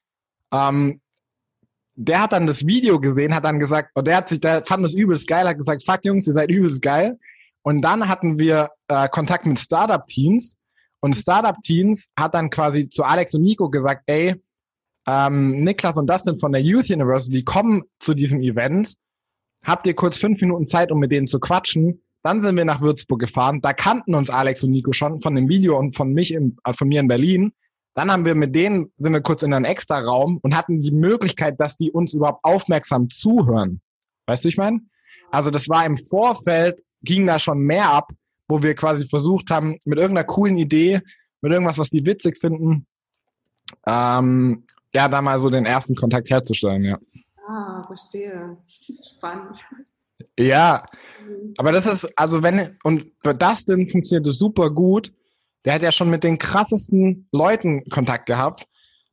Der hat dann das Video gesehen, hat dann gesagt, der fand das übelst geil, hat gesagt, fuck Jungs, ihr seid übelst geil. Und dann hatten wir Kontakt mit Startup-Teams und Startup-Teams hat dann quasi zu Alex und Nico gesagt, ey, Niklas und Dustin von der Youth University kommen zu diesem Event. Habt ihr kurz 5 Minuten Zeit, um mit denen zu quatschen? Dann sind wir nach Würzburg gefahren. Da kannten uns Alex und Nico schon von dem Video und von mir in Berlin. Dann sind wir kurz in einen Extra-Raum und hatten die Möglichkeit, dass die uns überhaupt aufmerksam zuhören. Weißt du, ich meine? Also das war im Vorfeld, ging da schon mehr ab, wo wir quasi versucht haben, mit irgendeiner coolen Idee, mit irgendwas, was die witzig finden, da mal so den ersten Kontakt herzustellen, ja. Ah, verstehe. Spannend. Ja, aber das ist, und bei Dustin funktioniert das super gut. Der hat ja schon mit den krassesten Leuten Kontakt gehabt.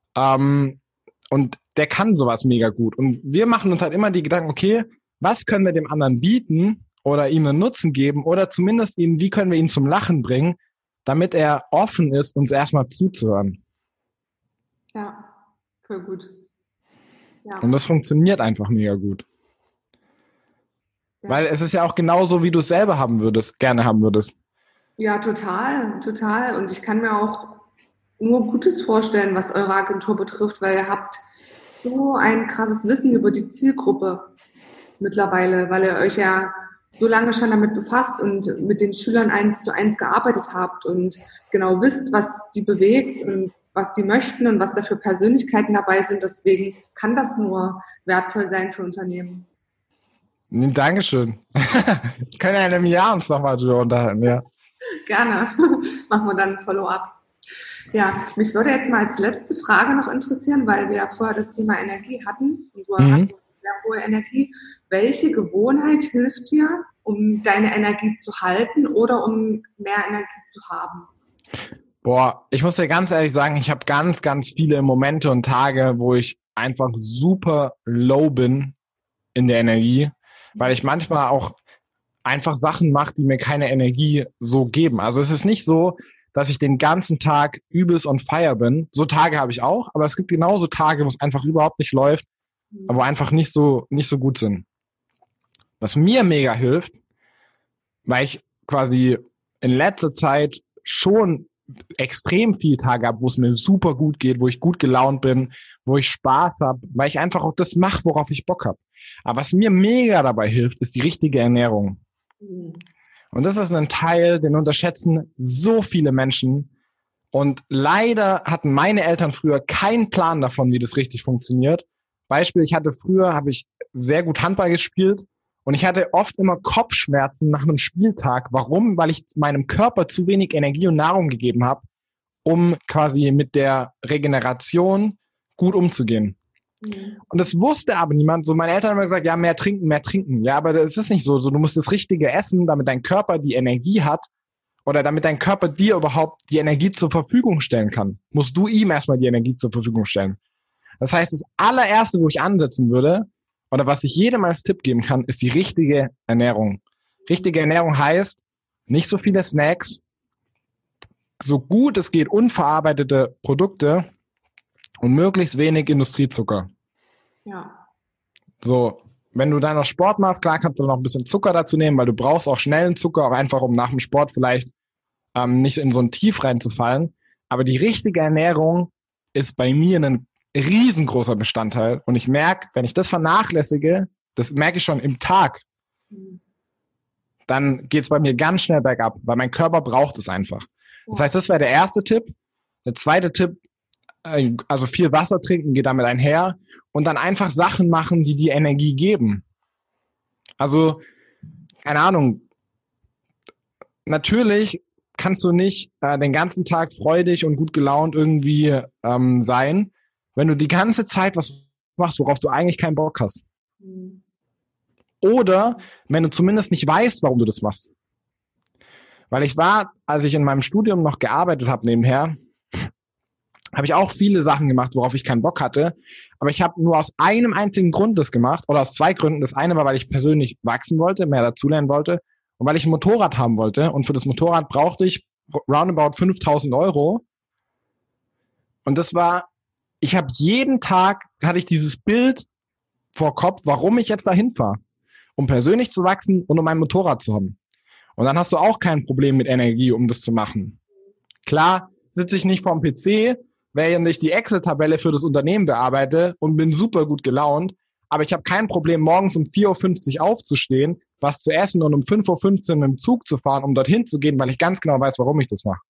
Und der kann sowas mega gut. Und wir machen uns halt immer die Gedanken, okay, was können wir dem anderen bieten oder ihm einen Nutzen geben oder zumindest wie können wir ihn zum Lachen bringen, damit er offen ist, uns erstmal zuzuhören. Ja, voll gut. Ja. Und das funktioniert einfach mega gut. Weil es ist ja auch genauso, wie du es selber gerne haben würdest. Ja, total, total. Und ich kann mir auch nur Gutes vorstellen, was eure Agentur betrifft, weil ihr habt so ein krasses Wissen über die Zielgruppe mittlerweile, weil ihr euch ja so lange schon damit befasst und mit den Schülern 1:1 gearbeitet habt und genau wisst, was die bewegt und was die möchten und was da für Persönlichkeiten dabei sind. Deswegen kann das nur wertvoll sein für Unternehmen. Dankeschön. Ich kann ja in einem Jahr uns nochmal drüber unterhalten, ja. Gerne. Machen wir dann ein Follow-up. Ja, mich würde jetzt mal als letzte Frage noch interessieren, weil wir ja vorher das Thema Energie hatten und du hast eine sehr hohe Energie. Welche Gewohnheit hilft dir, um deine Energie zu halten oder um mehr Energie zu haben? Boah, ich muss dir ganz ehrlich sagen, ich habe ganz, ganz viele Momente und Tage, wo ich einfach super low bin in der Energie, weil ich manchmal auch einfach Sachen mache, die mir keine Energie so geben. Also es ist nicht so, dass ich den ganzen Tag übelst on fire bin. So Tage habe ich auch, aber es gibt genauso Tage, wo es einfach überhaupt nicht läuft, aber wo einfach nicht so gut sind. Was mir mega hilft, weil ich quasi in letzter Zeit schon extrem viele Tage habe, wo es mir super gut geht, wo ich gut gelaunt bin, wo ich Spaß habe, weil ich einfach auch das mache, worauf ich Bock habe. Aber was mir mega dabei hilft, ist die richtige Ernährung. Und das ist ein Teil, den unterschätzen so viele Menschen. Und leider hatten meine Eltern früher keinen Plan davon, wie das richtig funktioniert. Beispiel, habe ich sehr gut Handball gespielt und ich hatte oft immer Kopfschmerzen nach einem Spieltag. Warum? Weil ich meinem Körper zu wenig Energie und Nahrung gegeben habe, um quasi mit der Regeneration gut umzugehen. Und das wusste aber niemand. So, meine Eltern haben immer gesagt, ja, mehr trinken, mehr trinken. Ja, aber das ist nicht so. Du musst das Richtige essen, damit dein Körper die Energie hat oder damit dein Körper dir überhaupt die Energie zur Verfügung stellen kann. Musst du ihm erstmal die Energie zur Verfügung stellen. Das heißt, das allererste, wo ich ansetzen würde oder was ich jedem als Tipp geben kann, ist die richtige Ernährung. Richtige Ernährung heißt, nicht so viele Snacks, so gut es geht, unverarbeitete Produkte und möglichst wenig Industriezucker. Ja. So, wenn du dann noch Sport machst, klar kannst du noch ein bisschen Zucker dazu nehmen, weil du brauchst auch schnellen Zucker, auch einfach um nach dem Sport vielleicht nicht in so ein Tief reinzufallen. Aber die richtige Ernährung ist bei mir ein riesengroßer Bestandteil. Und ich merke, wenn ich das vernachlässige, das merke ich schon im Tag, dann geht es bei mir ganz schnell bergab, weil mein Körper braucht es einfach. Das heißt, das wäre der erste Tipp. Der zweite Tipp, also viel Wasser trinken geht damit einher und dann einfach Sachen machen, die dir Energie geben. Also, keine Ahnung, natürlich kannst du nicht den ganzen Tag freudig und gut gelaunt irgendwie sein, wenn du die ganze Zeit was machst, worauf du eigentlich keinen Bock hast. Oder wenn du zumindest nicht weißt, warum du das machst. Weil als ich in meinem Studium noch gearbeitet habe nebenher, habe ich auch viele Sachen gemacht, worauf ich keinen Bock hatte. Aber ich habe nur aus einem einzigen Grund das gemacht, oder aus zwei Gründen. Das eine war, weil ich persönlich wachsen wollte, mehr dazulernen wollte und weil ich ein Motorrad haben wollte. Und für das Motorrad brauchte ich roundabout 5.000 Euro. Und das war, ich habe jeden Tag, hatte ich dieses Bild vor Kopf, warum ich jetzt dahin fahre. Um persönlich zu wachsen und um ein Motorrad zu haben. Und dann hast du auch kein Problem mit Energie, um das zu machen. Klar sitze ich nicht vorm PC, während ich die Excel-Tabelle für das Unternehmen bearbeite und bin super gut gelaunt, aber ich habe kein Problem, morgens um 4.50 Uhr aufzustehen, was zu essen und um 5.15 Uhr mit dem Zug zu fahren, um dorthin zu gehen, weil ich ganz genau weiß, warum ich das mache.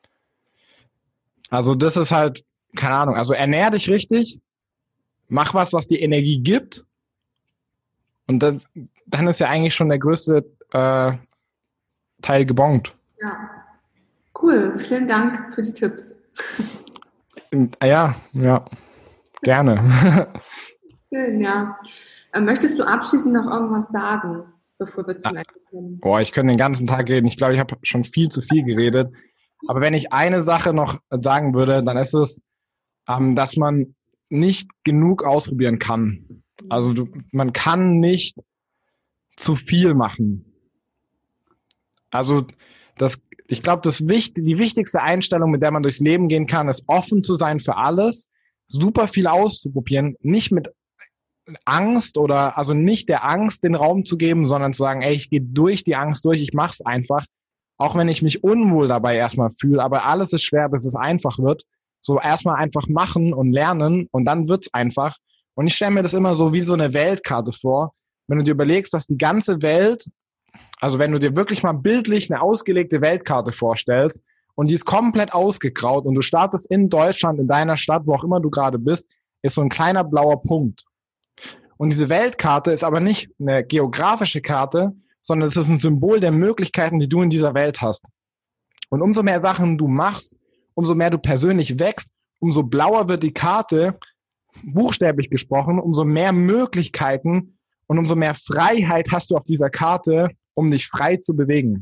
Also das ist halt, keine Ahnung, also ernähr dich richtig, mach was dir Energie gibt und dann ist ja eigentlich schon der größte Teil gebongt. Ja, cool. Vielen Dank für die Tipps. Ja, gerne. Schön, ja. Möchtest du abschließend noch irgendwas sagen, bevor wir zum Ende kommen? Boah, ich könnte den ganzen Tag reden. Ich glaube, ich habe schon viel zu viel geredet. Aber wenn ich eine Sache noch sagen würde, dann ist es, dass man nicht genug ausprobieren kann. Also man kann nicht zu viel machen. Also ich glaube, die wichtigste Einstellung, mit der man durchs Leben gehen kann, ist offen zu sein für alles, super viel auszuprobieren, nicht mit Angst also nicht der Angst den Raum zu geben, sondern zu sagen, ey, ich gehe durch die Angst durch, ich mach's einfach, auch wenn ich mich unwohl dabei erstmal fühle, aber alles ist schwer, bis es einfach wird. So erstmal einfach machen und lernen und dann wird's einfach. Und ich stelle mir das immer so wie so eine Weltkarte vor. Wenn du dir überlegst, dass die ganze Welt, also wenn du dir wirklich mal bildlich eine ausgelegte Weltkarte vorstellst und die ist komplett ausgegraut und du startest in Deutschland, in deiner Stadt, wo auch immer du gerade bist, ist so ein kleiner blauer Punkt. Und diese Weltkarte ist aber nicht eine geografische Karte, sondern es ist ein Symbol der Möglichkeiten, die du in dieser Welt hast. Und umso mehr Sachen du machst, umso mehr du persönlich wächst, umso blauer wird die Karte, buchstäblich gesprochen, umso mehr Möglichkeiten und umso mehr Freiheit hast du auf dieser Karte, um dich frei zu bewegen.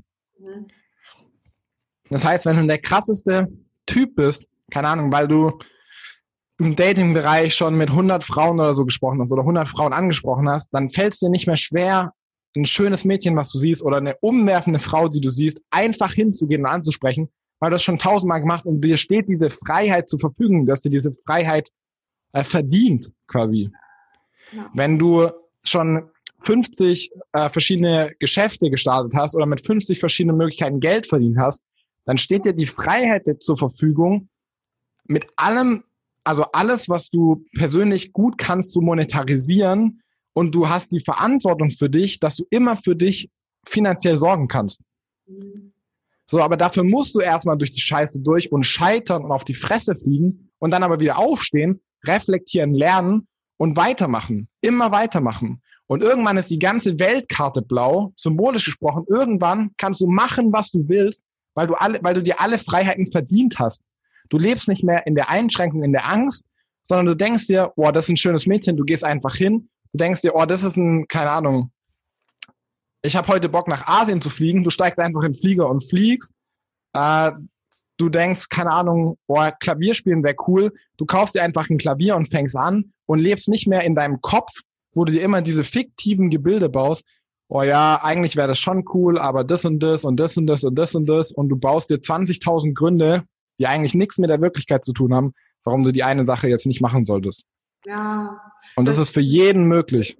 Das heißt, wenn du der krasseste Typ bist, keine Ahnung, weil du im Dating-Bereich schon mit 100 Frauen oder so gesprochen hast oder 100 Frauen angesprochen hast, dann fällt es dir nicht mehr schwer, ein schönes Mädchen, was du siehst, oder eine umwerfende Frau, die du siehst, einfach hinzugehen und anzusprechen, weil du das schon 1000-mal gemacht und dir steht diese Freiheit zur Verfügung, dass dir diese Freiheit verdient, quasi. Ja. Wenn du schon 50 verschiedene Geschäfte gestartet hast oder mit 50 verschiedenen Möglichkeiten Geld verdient hast, dann steht dir die Freiheit zur Verfügung, mit allem, also alles, was du persönlich gut kannst, zu monetarisieren, und du hast die Verantwortung für dich, dass du immer für dich finanziell sorgen kannst. So, aber dafür musst du erstmal durch die Scheiße durch und scheitern und auf die Fresse fliegen und dann aber wieder aufstehen, reflektieren, lernen und weitermachen. Immer weitermachen. Und irgendwann ist die ganze Weltkarte blau, symbolisch gesprochen. Irgendwann kannst du machen, was du willst, weil du dir alle Freiheiten verdient hast. Du lebst nicht mehr in der Einschränkung, in der Angst, sondern du denkst dir, oh, das ist ein schönes Mädchen, du gehst einfach hin. Du denkst dir, oh, das ist keine Ahnung, ich habe heute Bock nach Asien zu fliegen. Du steigst einfach in den Flieger und fliegst. Du denkst, keine Ahnung, oh, Klavier spielen wäre cool. Du kaufst dir einfach ein Klavier und fängst an und lebst nicht mehr in deinem Kopf, wo du dir immer diese fiktiven Gebilde baust. Oh ja, eigentlich wäre das schon cool, aber das und das und das und das und das und das. Und du baust dir 20.000 Gründe, die eigentlich nichts mit der Wirklichkeit zu tun haben, warum du die eine Sache jetzt nicht machen solltest. Ja. Und das ist für jeden möglich.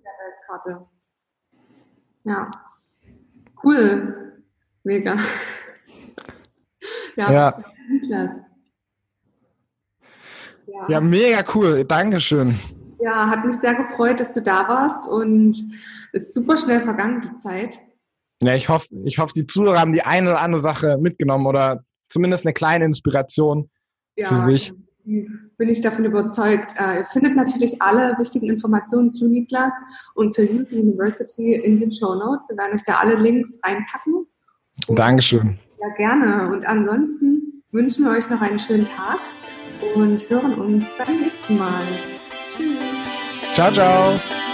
Ja. Cool. Mega. Ja. Niklas. Ja, mega cool. Dankeschön. Ja, hat mich sehr gefreut, dass du da warst und es ist super schnell vergangen, die Zeit. Ja, ich hoffe, die Zuhörer haben die eine oder andere Sache mitgenommen oder zumindest eine kleine Inspiration für sich. Bin ich davon überzeugt. Ihr findet natürlich alle wichtigen Informationen zu Niklas und zur Youth University in den Shownotes. Wir werden euch da alle Links reinpacken. Dankeschön. Ja, gerne. Und ansonsten wünschen wir euch noch einen schönen Tag und hören uns beim nächsten Mal. Tschüss. Ciao, ciao.